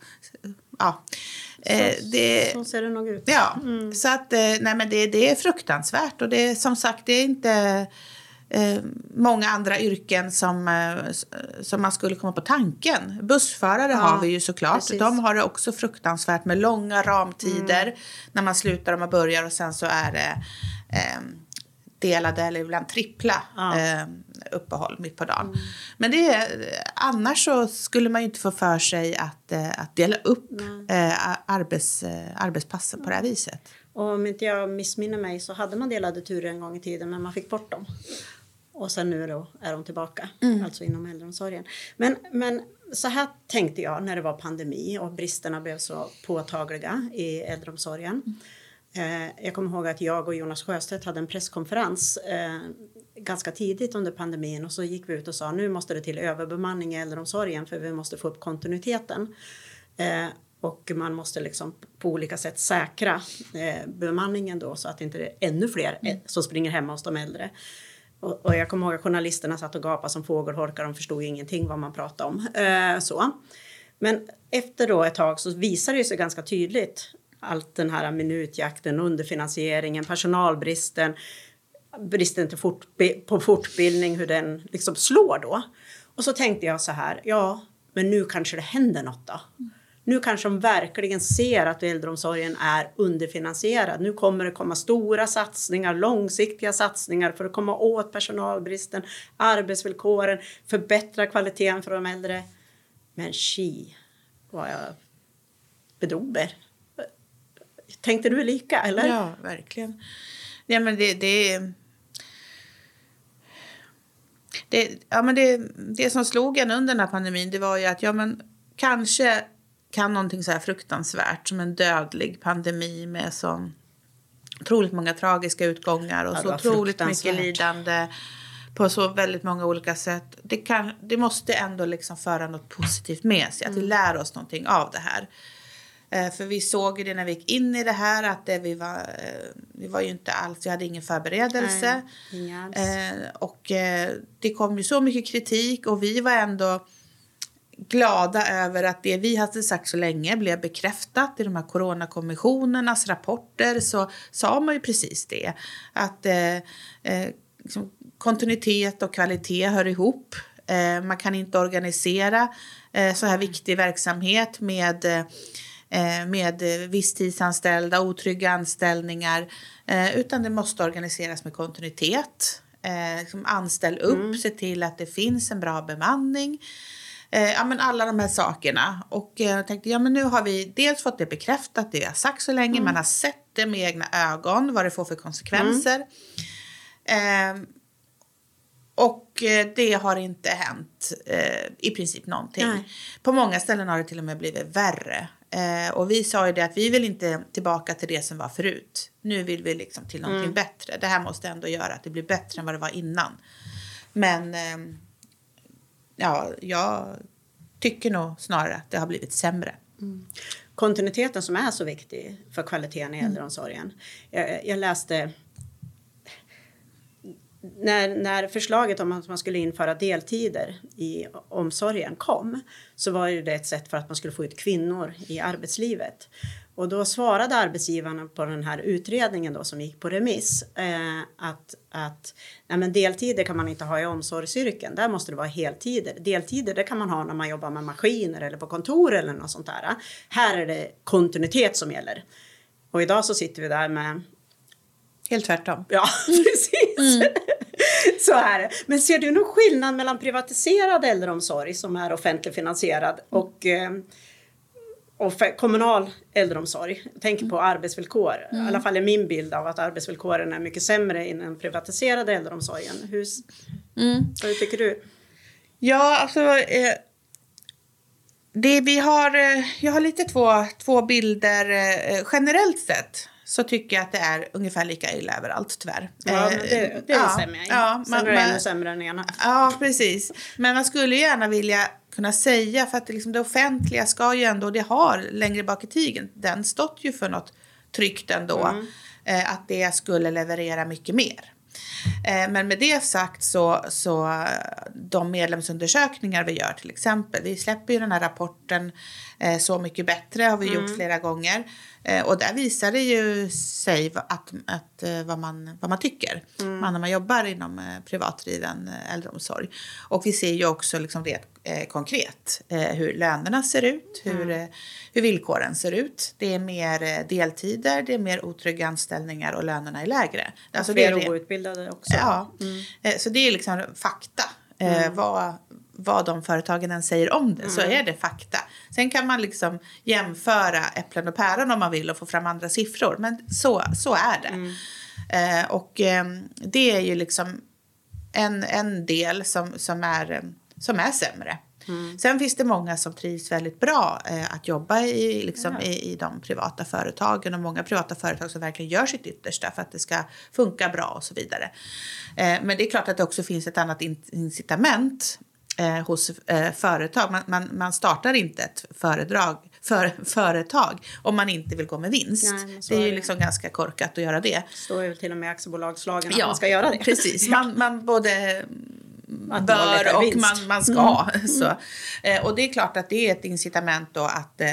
så ser det nog ut. Ja, så att det är fruktansvärt. Och det är som sagt, det är inte många andra yrken som man skulle komma på tanken. Bussförare har vi ju såklart. Precis. De har det också fruktansvärt med långa ramtider när man slutar och man börjar och sen så är det delade eller ibland trippla uppehåll mitt på dagen. Men annars så skulle man ju inte få för sig att dela upp arbetspassen på det här viset. Och om inte jag missminner mig så hade man delade turer en gång i tiden men man fick bort dem. Och sen nu då är de tillbaka, alltså inom äldreomsorgen. Men så här tänkte jag när det var pandemi och bristerna blev så påtagliga i äldreomsorgen. Jag kommer ihåg att jag och Jonas Sjöstedt hade en presskonferens ganska tidigt under pandemin. Och så gick vi ut och sa nu måste det till överbemanning i äldreomsorgen för vi måste få upp kontinuiteten. Och man måste liksom på olika sätt säkra bemanningen då så att inte det är ännu fler som springer hemma hos de äldre. Och jag kommer ihåg att journalisterna satt och gapade som fågelholkar. De förstod ingenting vad man pratade om. Men efter då ett tag så visade det sig ganska tydligt allt den här minutjakten, underfinansieringen, personalbristen, bristen på fortbildning, hur den liksom slår då. Och så tänkte jag så här, men nu kanske det händer något då. Nu kanske de verkligen ser att äldreomsorgen är underfinansierad. Nu kommer det komma stora satsningar, långsiktiga satsningar för att komma åt personalbristen, arbetsvillkoren, förbättra kvaliteten för de äldre. Men vad jag bedrog er. Tänkte du lika, eller? Ja, verkligen. Ja, men det som slog en under den här pandemin, det var ju att kanske kan någonting så här fruktansvärt som en dödlig pandemi med så otroligt många tragiska utgångar och så otroligt mycket lidande på så väldigt många olika sätt. Det måste ändå liksom föra något positivt med sig. Att vi lär oss någonting av det här. För vi såg det när vi gick in i det här att vi var ju inte alls, vi hade ingen förberedelse. Och det kom ju så mycket kritik och vi var ändå glada över att det vi hade sagt så länge blev bekräftat i de här coronakommissionernas rapporter. Så sa man ju precis det. Att liksom, kontinuitet och kvalitet hör ihop. Man kan inte organisera så här viktig verksamhet med visstidsanställda, otrygga anställningar. Utan det måste organiseras med kontinuitet. Liksom anställ upp, se till att det finns en bra bemanning. Men alla de här sakerna. Och jag tänkte, men nu har vi dels fått det bekräftat, det vi har sagt så länge. Man har sett det med egna ögon, vad det får för konsekvenser. Och det har inte hänt i princip någonting. Nej. På många ställen har det till och med blivit värre. Och vi sa ju det att vi vill inte tillbaka till det som var förut. Nu vill vi liksom till någonting bättre. Det här måste ändå göra att det blir bättre än vad det var innan. Men jag tycker nog snarare att det har blivit sämre. Kontinuiteten som är så viktig för kvaliteten i äldreomsorgen. Jag läste när förslaget om att man skulle införa deltider i omsorgen kom, så var det ett sätt för att man skulle få ut kvinnor i arbetslivet. Och då svarade arbetsgivarna på den här utredningen då, som gick på remiss, att nej, men deltider kan man inte ha i omsorgsyrken. Där måste det vara heltider. Deltider, det kan man ha när man jobbar med maskiner eller på kontor eller något sånt där. Här är det kontinuitet som gäller. Och idag så sitter vi där med... Helt tvärtom. Ja, precis. Så är det. Men ser du någon skillnad mellan privatiserad äldreomsorg som är offentligt finansierad och kommunal äldreomsorg? Jag tänker på arbetsvillkor. I alla fall är min bild av att arbetsvillkoren är mycket sämre inom den privatiserade äldreomsorgen. Hur tycker du? Ja, alltså... jag har lite två bilder. Generellt sett så tycker jag att det är ungefär lika illa överallt, tyvärr. Ja, det stämmer jag. Ja, sen är det ännu sämre än ena. Ja, precis. Men man skulle gärna vilja kunna säga, för att det offentliga ska ju ändå, det har längre bak i tiden, den stått ju för något tryggt ändå, att det skulle leverera mycket mer. Men med det sagt så de medlemsundersökningar vi gör till exempel, vi släpper ju den här rapporten Så mycket bättre har vi gjort flera gånger, och där visar det ju sig vad man tycker när man jobbar inom privatdriven äldreomsorg. Och vi ser ju också liksom rätt konkret hur lönerna ser ut, hur villkoren ser ut. Det är mer deltider, det är mer otrygga anställningar och lönerna är lägre. Alltså det är outbildade också. Ja, så det är liksom fakta. Vad de företagen än säger om det, så är det fakta. Sen kan man liksom jämföra äpplen och päron om man vill och få fram andra siffror. Men så är det. Och det är ju liksom en del som är sämre. Sen finns det många som trivs väldigt bra att jobba i de privata företagen, och många privata företag som verkligen gör sitt yttersta för att det ska funka bra och så vidare. Men det är klart att det också finns ett annat incitament hos företag. Man startar inte ett företag om man inte vill gå med vinst. Nej, det är ju liksom ganska korkat att göra det. Det står ju till och med aktiebolagslagen att man ska göra det. Precis, man både bör och man ska. Så. Och det är klart att det är ett incitament då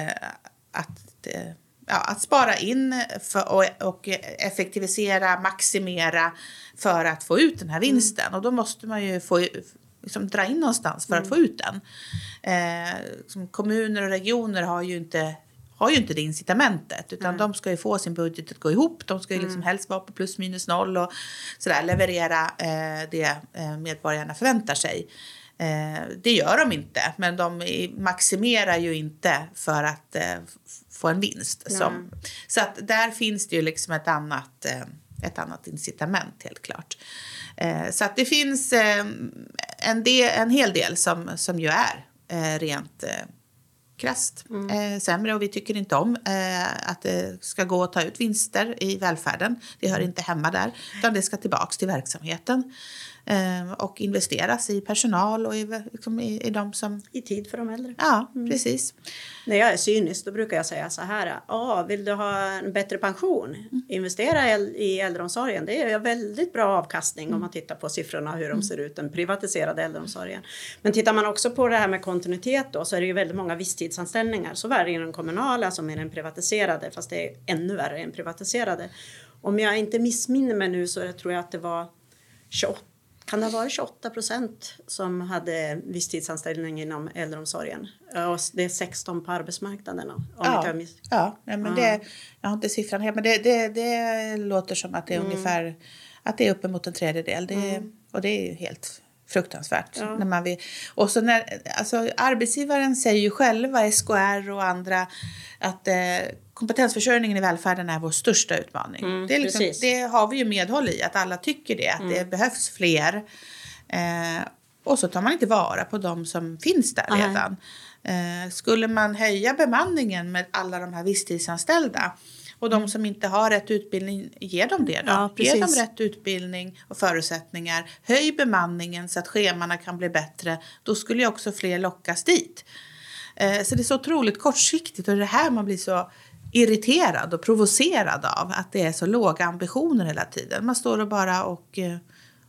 att spara in och effektivisera, maximera för att få ut den här vinsten. Och då måste man ju dra in någonstans för att få ut den. Kommuner och regioner har ju inte det incitamentet, utan de ska ju få sin budget att gå ihop. De ska ju liksom helst vara på plus minus noll och sådär, leverera det medborgarna förväntar sig. Det gör de inte, men de maximerar ju inte för att få en vinst. Så att där finns det ju liksom ett annat incitament, helt klart. Så att det finns en hel del som ju är rent krasst sämre, och vi tycker inte om att det ska gå att ta ut vinster i välfärden. Det hör inte hemma där, utan det ska tillbaks till verksamheten och investeras i personal och i de som... I tid för de äldre. Ja, precis. När jag är cynisk, då brukar jag säga så här: vill du ha en bättre pension? Investera i äldreomsorgen. Det är väldigt bra avkastning om man tittar på siffrorna, hur de ser ut, den privatiserade äldreomsorgen. Men tittar man också på det här med kontinuitet då, så är det ju väldigt många visstidsanställningar. Såväl i den kommunala som i den privatiserade, fast det är ännu värre än privatiserade. Om jag inte missminner mig nu, så tror jag att det var 28% som hade visstidsanställning inom äldreomsorgen. Och det är 16 på arbetsmarknaden. Jag har inte siffran här, men det låter som att det är ungefär, att det är uppemot en tredjedel. Och det är ju helt fruktansvärt. Ja. När man vill. Och så arbetsgivaren säger ju själva, SKR och andra, att kompetensförsörjningen i välfärden är vår största utmaning. Det har vi ju medhåll i, att alla tycker det, att det behövs fler. Och så tar man inte vara på de som finns där redan. Skulle man höja bemanningen med alla de här visstidsanställda, och de som inte har rätt utbildning, ge dem det då. Ja, ge dem rätt utbildning och förutsättningar. Höj bemanningen så att schemarna kan bli bättre. Då skulle ju också fler lockas dit. Så det är så otroligt kortsiktigt, och det här man blir så irriterad och provocerad av, att det är så låga ambitioner hela tiden. Man står och bara och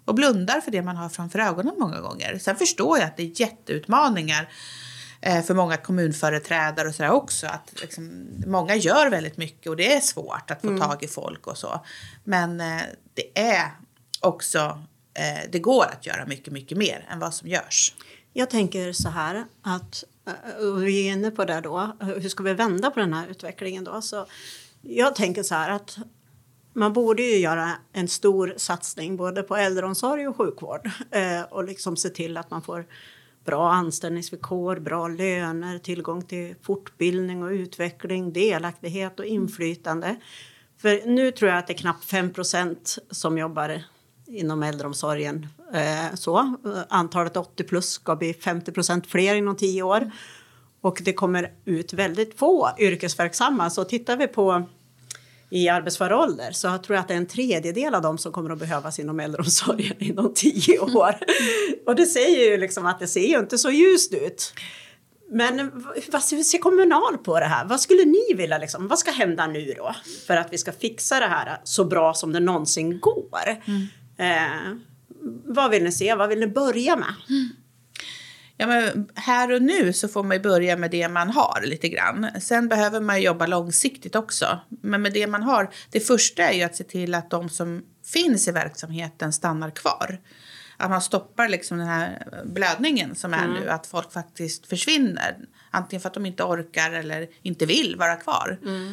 och blundar för det man har framför ögonen många gånger. Sen förstår jag att det är jätteutmaningar för många kommunföreträdare och sådär också. Att liksom, många gör väldigt mycket och det är svårt att få tag i folk och så. Men det är också, det går att göra mycket, mycket mer än vad som görs. Jag tänker så här att, och vi är inne på det då, hur ska vi vända på den här utvecklingen då? Så jag tänker så här att man borde ju göra en stor satsning både på äldreomsorg och sjukvård och liksom se till att man får bra anställningsvillkor, bra löner, tillgång till fortbildning och utveckling, delaktighet och inflytande. För nu tror jag att det är knappt 5% som jobbar inom äldreomsorgen. Antalet 80 plus ska bli 50% fler inom 10 år. Och det kommer ut väldigt få yrkesverksamma. Så tittar vi på i arbetsför ålder så jag tror jag att det är en tredjedel av dem som kommer att behövas inom äldreomsorgen inom 10 år. Och det säger ju liksom att det ser ju inte så ljust ut. Men vad ser Kommunal på det här? Vad skulle ni vilja liksom, vad ska hända nu då? För att vi ska fixa det här så bra som det någonsin går. Vad vill ni se? Vad vill ni börja med? Ja, men här och nu så får man ju börja med det man har lite grann. Sen behöver man jobba långsiktigt också. Men med det man har, det första är ju att se till att de som finns i verksamheten stannar kvar. Att man stoppar liksom den här blödningen som är nu. Att folk faktiskt försvinner. Antingen för att de inte orkar eller inte vill vara kvar.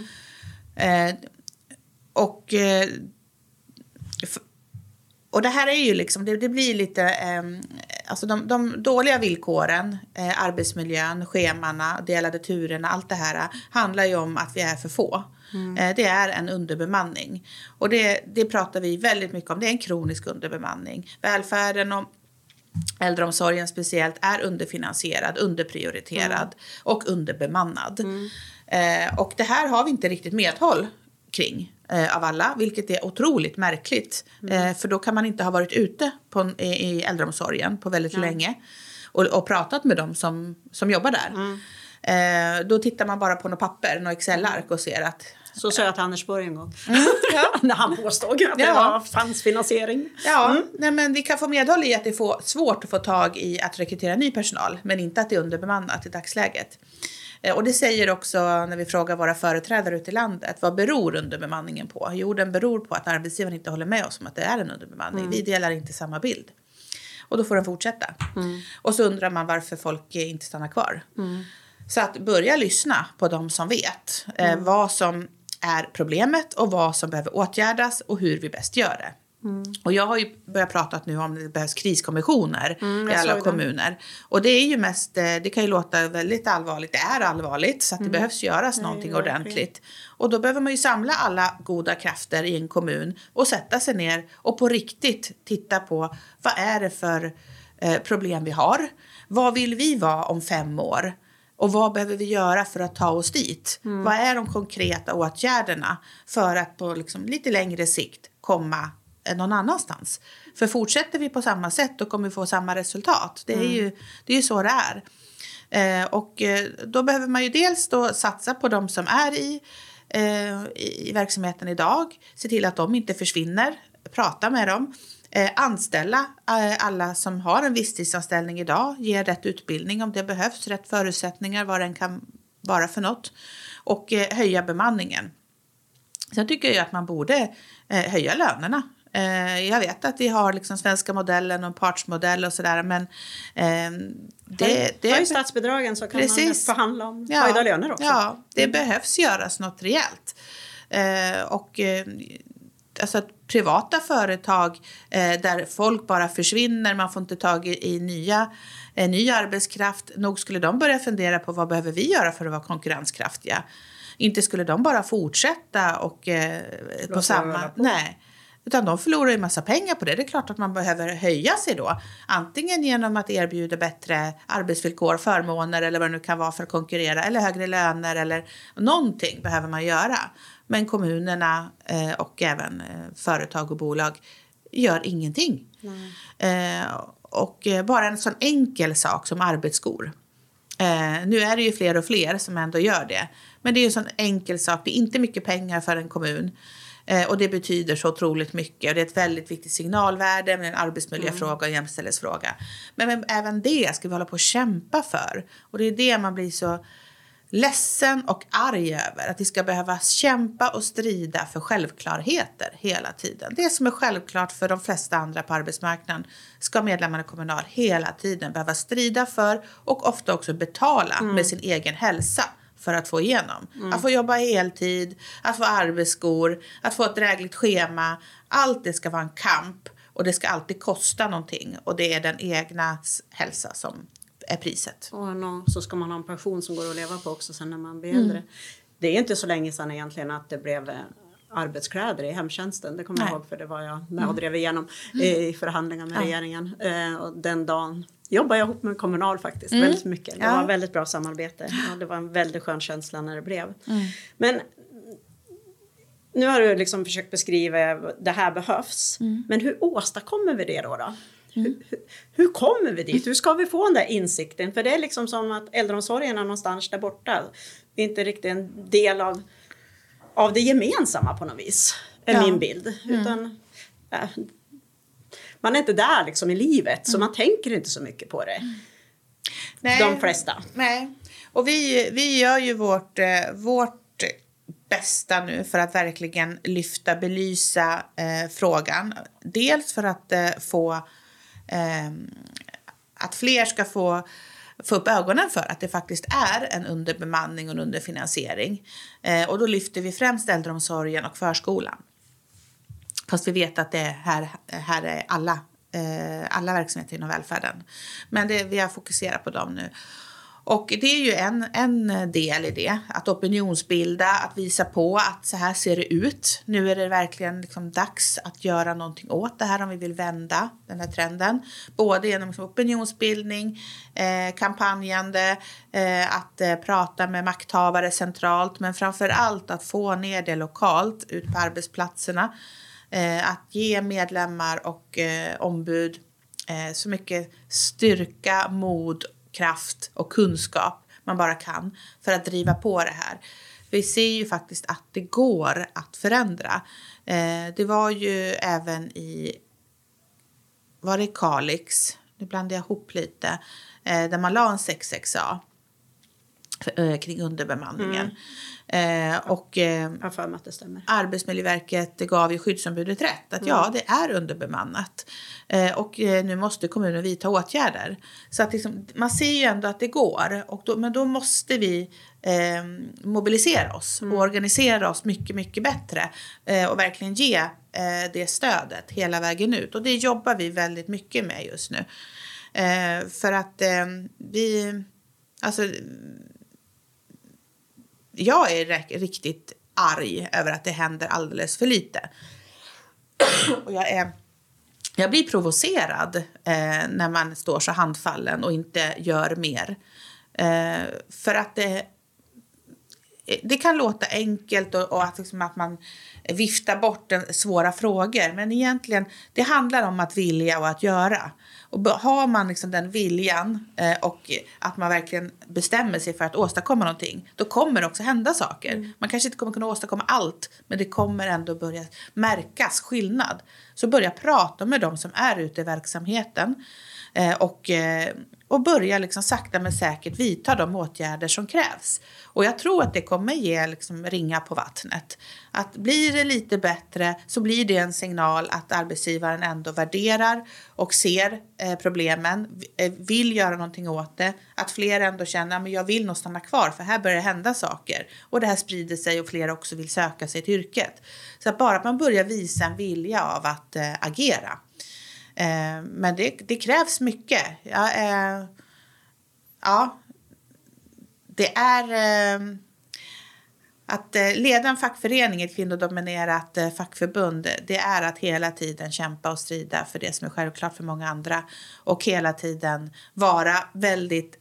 Och det här är ju liksom, det blir lite, alltså de dåliga villkoren, arbetsmiljön, schemarna, delade turerna, allt det här handlar ju om att vi är för få. Det är en underbemanning. Och det pratar vi väldigt mycket om, det är en kronisk underbemanning. Välfärden och äldreomsorgen speciellt är underfinansierad, underprioriterad och underbemannad. Och det här har vi inte riktigt medhåll kring av alla, vilket är otroligt märkligt. För då kan man inte ha varit ute i äldreomsorgen på väldigt länge och pratat med dem som jobbar där. Då tittar man bara på något papper, något Excel-ark och ser att... Så sa jag till Anders Borg en gång. När han påstod att det fanns finansiering. Nej, men vi kan få medhåll i att det är svårt att få tag i att rekrytera ny personal. Men inte att det är underbemannat i dagsläget. Och det säger också när vi frågar våra företrädare ute i landet. Vad beror underbemanningen på? Jo, den beror på att arbetsgivaren inte håller med oss om att det är en underbemanning. Vi delar inte samma bild. Och då får den fortsätta. Och så undrar man varför folk inte stannar kvar. Så att börja lyssna på de som vet vad som är problemet och vad som behöver åtgärdas och hur vi bäst gör det. Och jag har ju börjat prata nu om det behövs kriskommissioner i alla kommuner. Och det är ju mest, det kan ju låta väldigt allvarligt, det är allvarligt så att det behövs göras någonting ordentligt. Och då behöver man ju samla alla goda krafter i en kommun och sätta sig ner och på riktigt titta på vad är det för problem vi har. Vad vill vi vara om 5 år? Och vad behöver vi göra för att ta oss dit? Vad är de konkreta åtgärderna för att på liksom lite längre sikt komma någon annanstans? För fortsätter vi på samma sätt då kommer vi få samma resultat. Det är ju så det är. Och då behöver man ju dels då satsa på de som är i verksamheten idag. Se till att de inte försvinner. Prata med dem. Anställa alla som har en visstidsanställning idag. Ge rätt utbildning om det behövs. Rätt förutsättningar vad den kan vara för något. Och höja bemanningen. Sen tycker jag att man borde höja lönerna. Jag vet att vi har liksom svenska modellen och partsmodell och sådär. Men det är statsbidragen så kan man förhandla om höjda löner också. Ja, det behövs göras något rejält. Alltså att privata företag där folk bara försvinner, man får inte tag i ny arbetskraft. Nog skulle de börja fundera på vad behöver vi göra för att vara konkurrenskraftiga. Inte skulle de bara fortsätta och på samma... Nej, utan de förlorar ju massa pengar på det. Det är klart att man behöver höja sig då. Antingen genom att erbjuda bättre arbetsvillkor, förmåner eller vad det nu kan vara för att konkurrera. Eller högre löner eller någonting behöver man göra. Men kommunerna och även företag och bolag gör ingenting. Och bara en sån enkel sak som arbetsskor. Nu är det ju fler och fler som ändå gör det. Men det är ju en sån enkel sak. Det är inte mycket pengar för en kommun. Och det betyder så otroligt mycket. Och det är ett väldigt viktigt signalvärde med en arbetsmiljöfråga och en jämställdhetsfråga. Men även det ska vi hålla på att kämpa för. Och det är det man blir så ledsen och arg över. Att vi ska behöva kämpa och strida för självklarheter hela tiden. Det som är självklart för de flesta andra på arbetsmarknaden ska medlemmarna i Kommunal hela tiden behöva strida för. Och ofta också betala med sin egen hälsa för att få igenom. Att få jobba heltid, att få arbetsskor, att få ett drägligt schema. Allt det ska vara en kamp och det ska alltid kosta någonting. Och det är den egna hälsa som är priset. Och så ska man ha en pension som går att leva på också sen när man blir äldre. Det är inte så länge sedan egentligen att det blev arbetskläder i hemtjänsten. Det kommer jag ihåg, för det var jag med och drev igenom i förhandlingar med regeringen. Och den dagen jobbade jag ihop med Kommunal faktiskt väldigt mycket. Det var ett väldigt bra samarbete. Ja, det var en väldigt skön känsla när det blev. Men nu har du liksom försökt beskriva att det här behövs. Men hur åstadkommer vi det då? Hur kommer vi dit? Hur ska vi få den där insikten? För det är liksom som att äldreomsorgen är någonstans där borta. Det är inte riktigt en del av det gemensamma på något vis. Är min bild. Utan man är inte där liksom i livet. Så man tänker inte så mycket på det. Nej, de flesta. Nej. Och vi gör ju vårt bästa nu för att verkligen belysa frågan. Dels för att få att fler ska få upp ögonen för att det faktiskt är en underbemanning och en underfinansiering. Och då lyfter vi främst äldreomsorgen och förskolan. Fast vi vet att det här är alla verksamheter inom välfärden. Men vi har fokuserat på dem nu. Och det är ju en del i det. Att opinionsbilda, att visa på att så här ser det ut. Nu är det verkligen liksom dags att göra någonting åt det här om vi vill vända den här trenden. Både genom opinionsbildning, kampanjande, att prata med makthavare centralt. Men framför allt att få ner det lokalt ut på arbetsplatserna. Att ge medlemmar och ombud så mycket styrka, mod, kraft och kunskap man bara kan för att driva på det här. Vi ser ju faktiskt att det går att förändra. Det var ju även var det Kalix, nu blandar jag ihop lite, där man la en 6XA kring underbemanningen. Och jag för mig att det stämmer. Arbetsmiljöverket gav ju skyddsombudet rätt att det är underbemannat. Och nu måste kommunen vidta åtgärder. Så att liksom, man ser ju ändå att det går. Men då måste vi mobilisera oss och organisera oss mycket, mycket bättre. Och verkligen ge det stödet hela vägen ut. Och det jobbar vi väldigt mycket med just nu. För att jag är riktigt arg över att det händer alldeles för lite. Och jag blir provocerad när man står så handfallen och inte gör mer. För att det kan låta enkelt och att, liksom, att man viftar bort svåra frågor. Men egentligen, det handlar om att vilja och att göra. Och har man liksom den viljan och att man verkligen bestämmer sig för att åstadkomma någonting, då kommer det också hända saker. Man kanske inte kommer kunna åstadkomma allt, men det kommer ändå börja märkas skillnad. Så börja prata med de som är ute i verksamheten och börja liksom sakta men säkert vidta de åtgärder som krävs. Och jag tror att det kommer ge liksom ringa på vattnet. Att blir det lite bättre så blir det en signal att arbetsgivaren ändå värderar och ser problemen, vill göra någonting åt det. Att fler ändå känner att jag vill nog stanna kvar för här börjar det hända saker. Och det här sprider sig och fler också vill söka sig till yrket. Så att bara att man börjar visa en vilja av att agera. Men det krävs mycket. Det är att leda en fackförening, ett kvinnodominerat fackförbund, det är att hela tiden kämpa och strida för det som är självklart för många andra och hela tiden vara väldigt,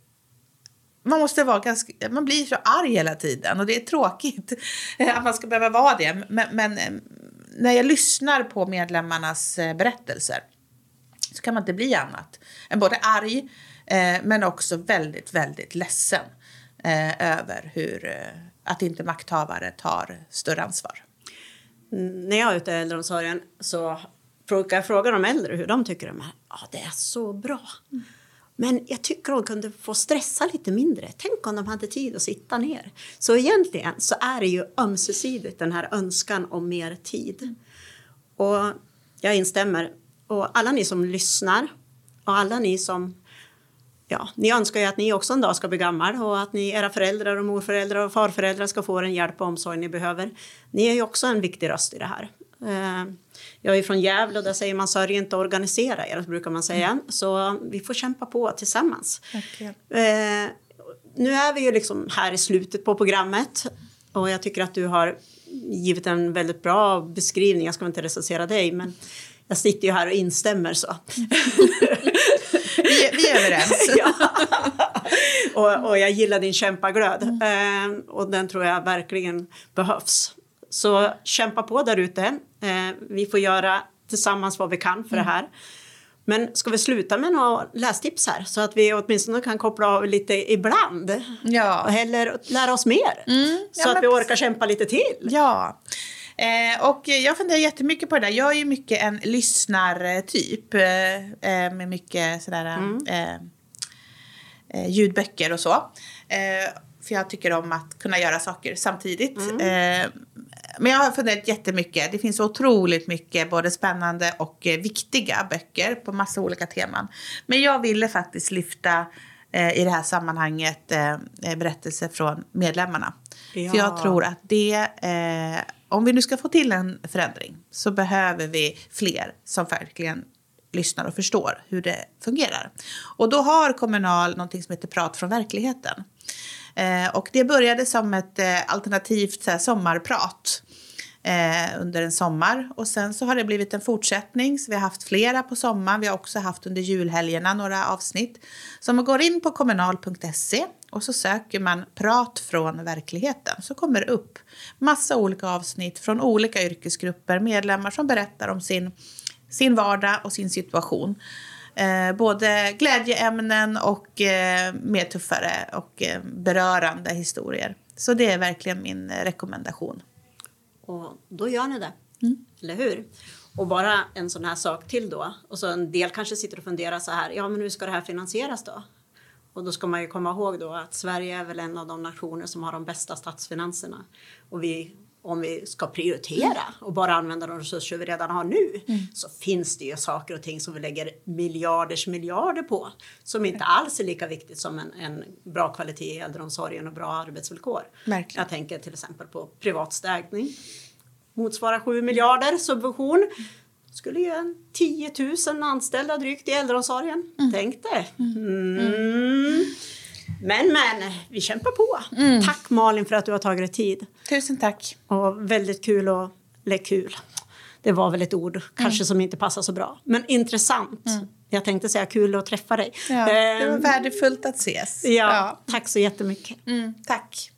man blir så arg hela tiden och det är tråkigt att man ska behöva vara det, men när jag lyssnar på medlemmarnas berättelser så kan man inte bli annat än både arg men också väldigt, väldigt ledsen över att inte makthavare tar större ansvar. när jag är ute i äldreomsorgen så brukar jag fråga de äldre hur de tycker de är. Ja, det är så bra. Men jag tycker de kunde få stressa lite mindre. Tänk om de hade tid att sitta ner. Så egentligen så är det ju ömsesidigt den här önskan om mer tid. Och jag instämmer. Och alla ni som lyssnar och alla ni som... Ja, ni önskar ju att ni också en dag ska bli gammal och att ni, era föräldrar och morföräldrar och farföräldrar ska få den hjälp och omsorg ni behöver. Ni är ju också en viktig röst i det här. Jag är från Gävle och där säger man sörj inte organisera er, brukar man säga. Så vi får kämpa på tillsammans. Okay. Nu är vi ju liksom här i slutet på programmet och jag tycker att du har givit en väldigt bra beskrivning. Jag ska inte recensera dig, men jag sitter ju här och instämmer så. Vi är överens. Ja. Och jag gillar din kämpaglöd. Och den tror jag verkligen behövs. Så kämpa på där ute. Vi får göra tillsammans vad vi kan för det här. Men ska vi sluta med några lästips här? Så att vi åtminstone kan koppla av lite ibland. Ja. Eller lära oss mer. Så att vi orkar kämpa lite till. Ja. Och jag funderar jättemycket på det där. Jag är ju mycket en lyssnartyp. Med mycket sådär ljudböcker och så. För jag tycker om att kunna göra saker samtidigt. Men jag har funderat jättemycket. Det finns otroligt mycket både spännande och viktiga böcker på massa olika teman. Men jag ville faktiskt lyfta i det här sammanhanget berättelser från medlemmarna. Ja. För jag tror att det, om vi nu ska få till en förändring så behöver vi fler som verkligen lyssnar och förstår hur det fungerar. Och då har Kommunal någonting som heter Prat från verkligheten. Och det började som ett alternativt sommarprat under en sommar. Och sen så har det blivit en fortsättning. Så vi har haft flera på sommaren. Vi har också haft under julhelgerna några avsnitt. Så man går in på kommunal.se och så söker man Prat från verkligheten. Så kommer det upp massa olika avsnitt från olika yrkesgrupper. Medlemmar som berättar om sin vardag och sin situation. Både glädjeämnen och mer tuffare och berörande historier. Så det är verkligen min rekommendation. Och då gör ni det, eller hur? Och bara en sån här sak till då. Och så en del kanske sitter och funderar så här. Ja, men hur ska det här finansieras då? Och då ska man ju komma ihåg då att Sverige är väl en av de nationer som har de bästa statsfinanserna. Och om vi ska prioritera och bara använda de resurser vi redan har nu så finns det ju saker och ting som vi lägger miljarder på som inte alls är lika viktigt som en bra kvalitet i äldreomsorgen och bra arbetsvillkor. Verkligen. Jag tänker till exempel på privatstädning. Motsvarar 7 miljarder subvention. Skulle ju 10 000 anställda drygt i äldreomsorgen. Tänk det. Men, vi kämpar på. Tack Malin för att du har tagit dig tid. Tusen tack. Och väldigt kul kul. Det var väl ett ord kanske som inte passar så bra. Men intressant. Jag tänkte säga kul att träffa dig. Ja, det var värdefullt att ses. Ja, tack så jättemycket. Tack.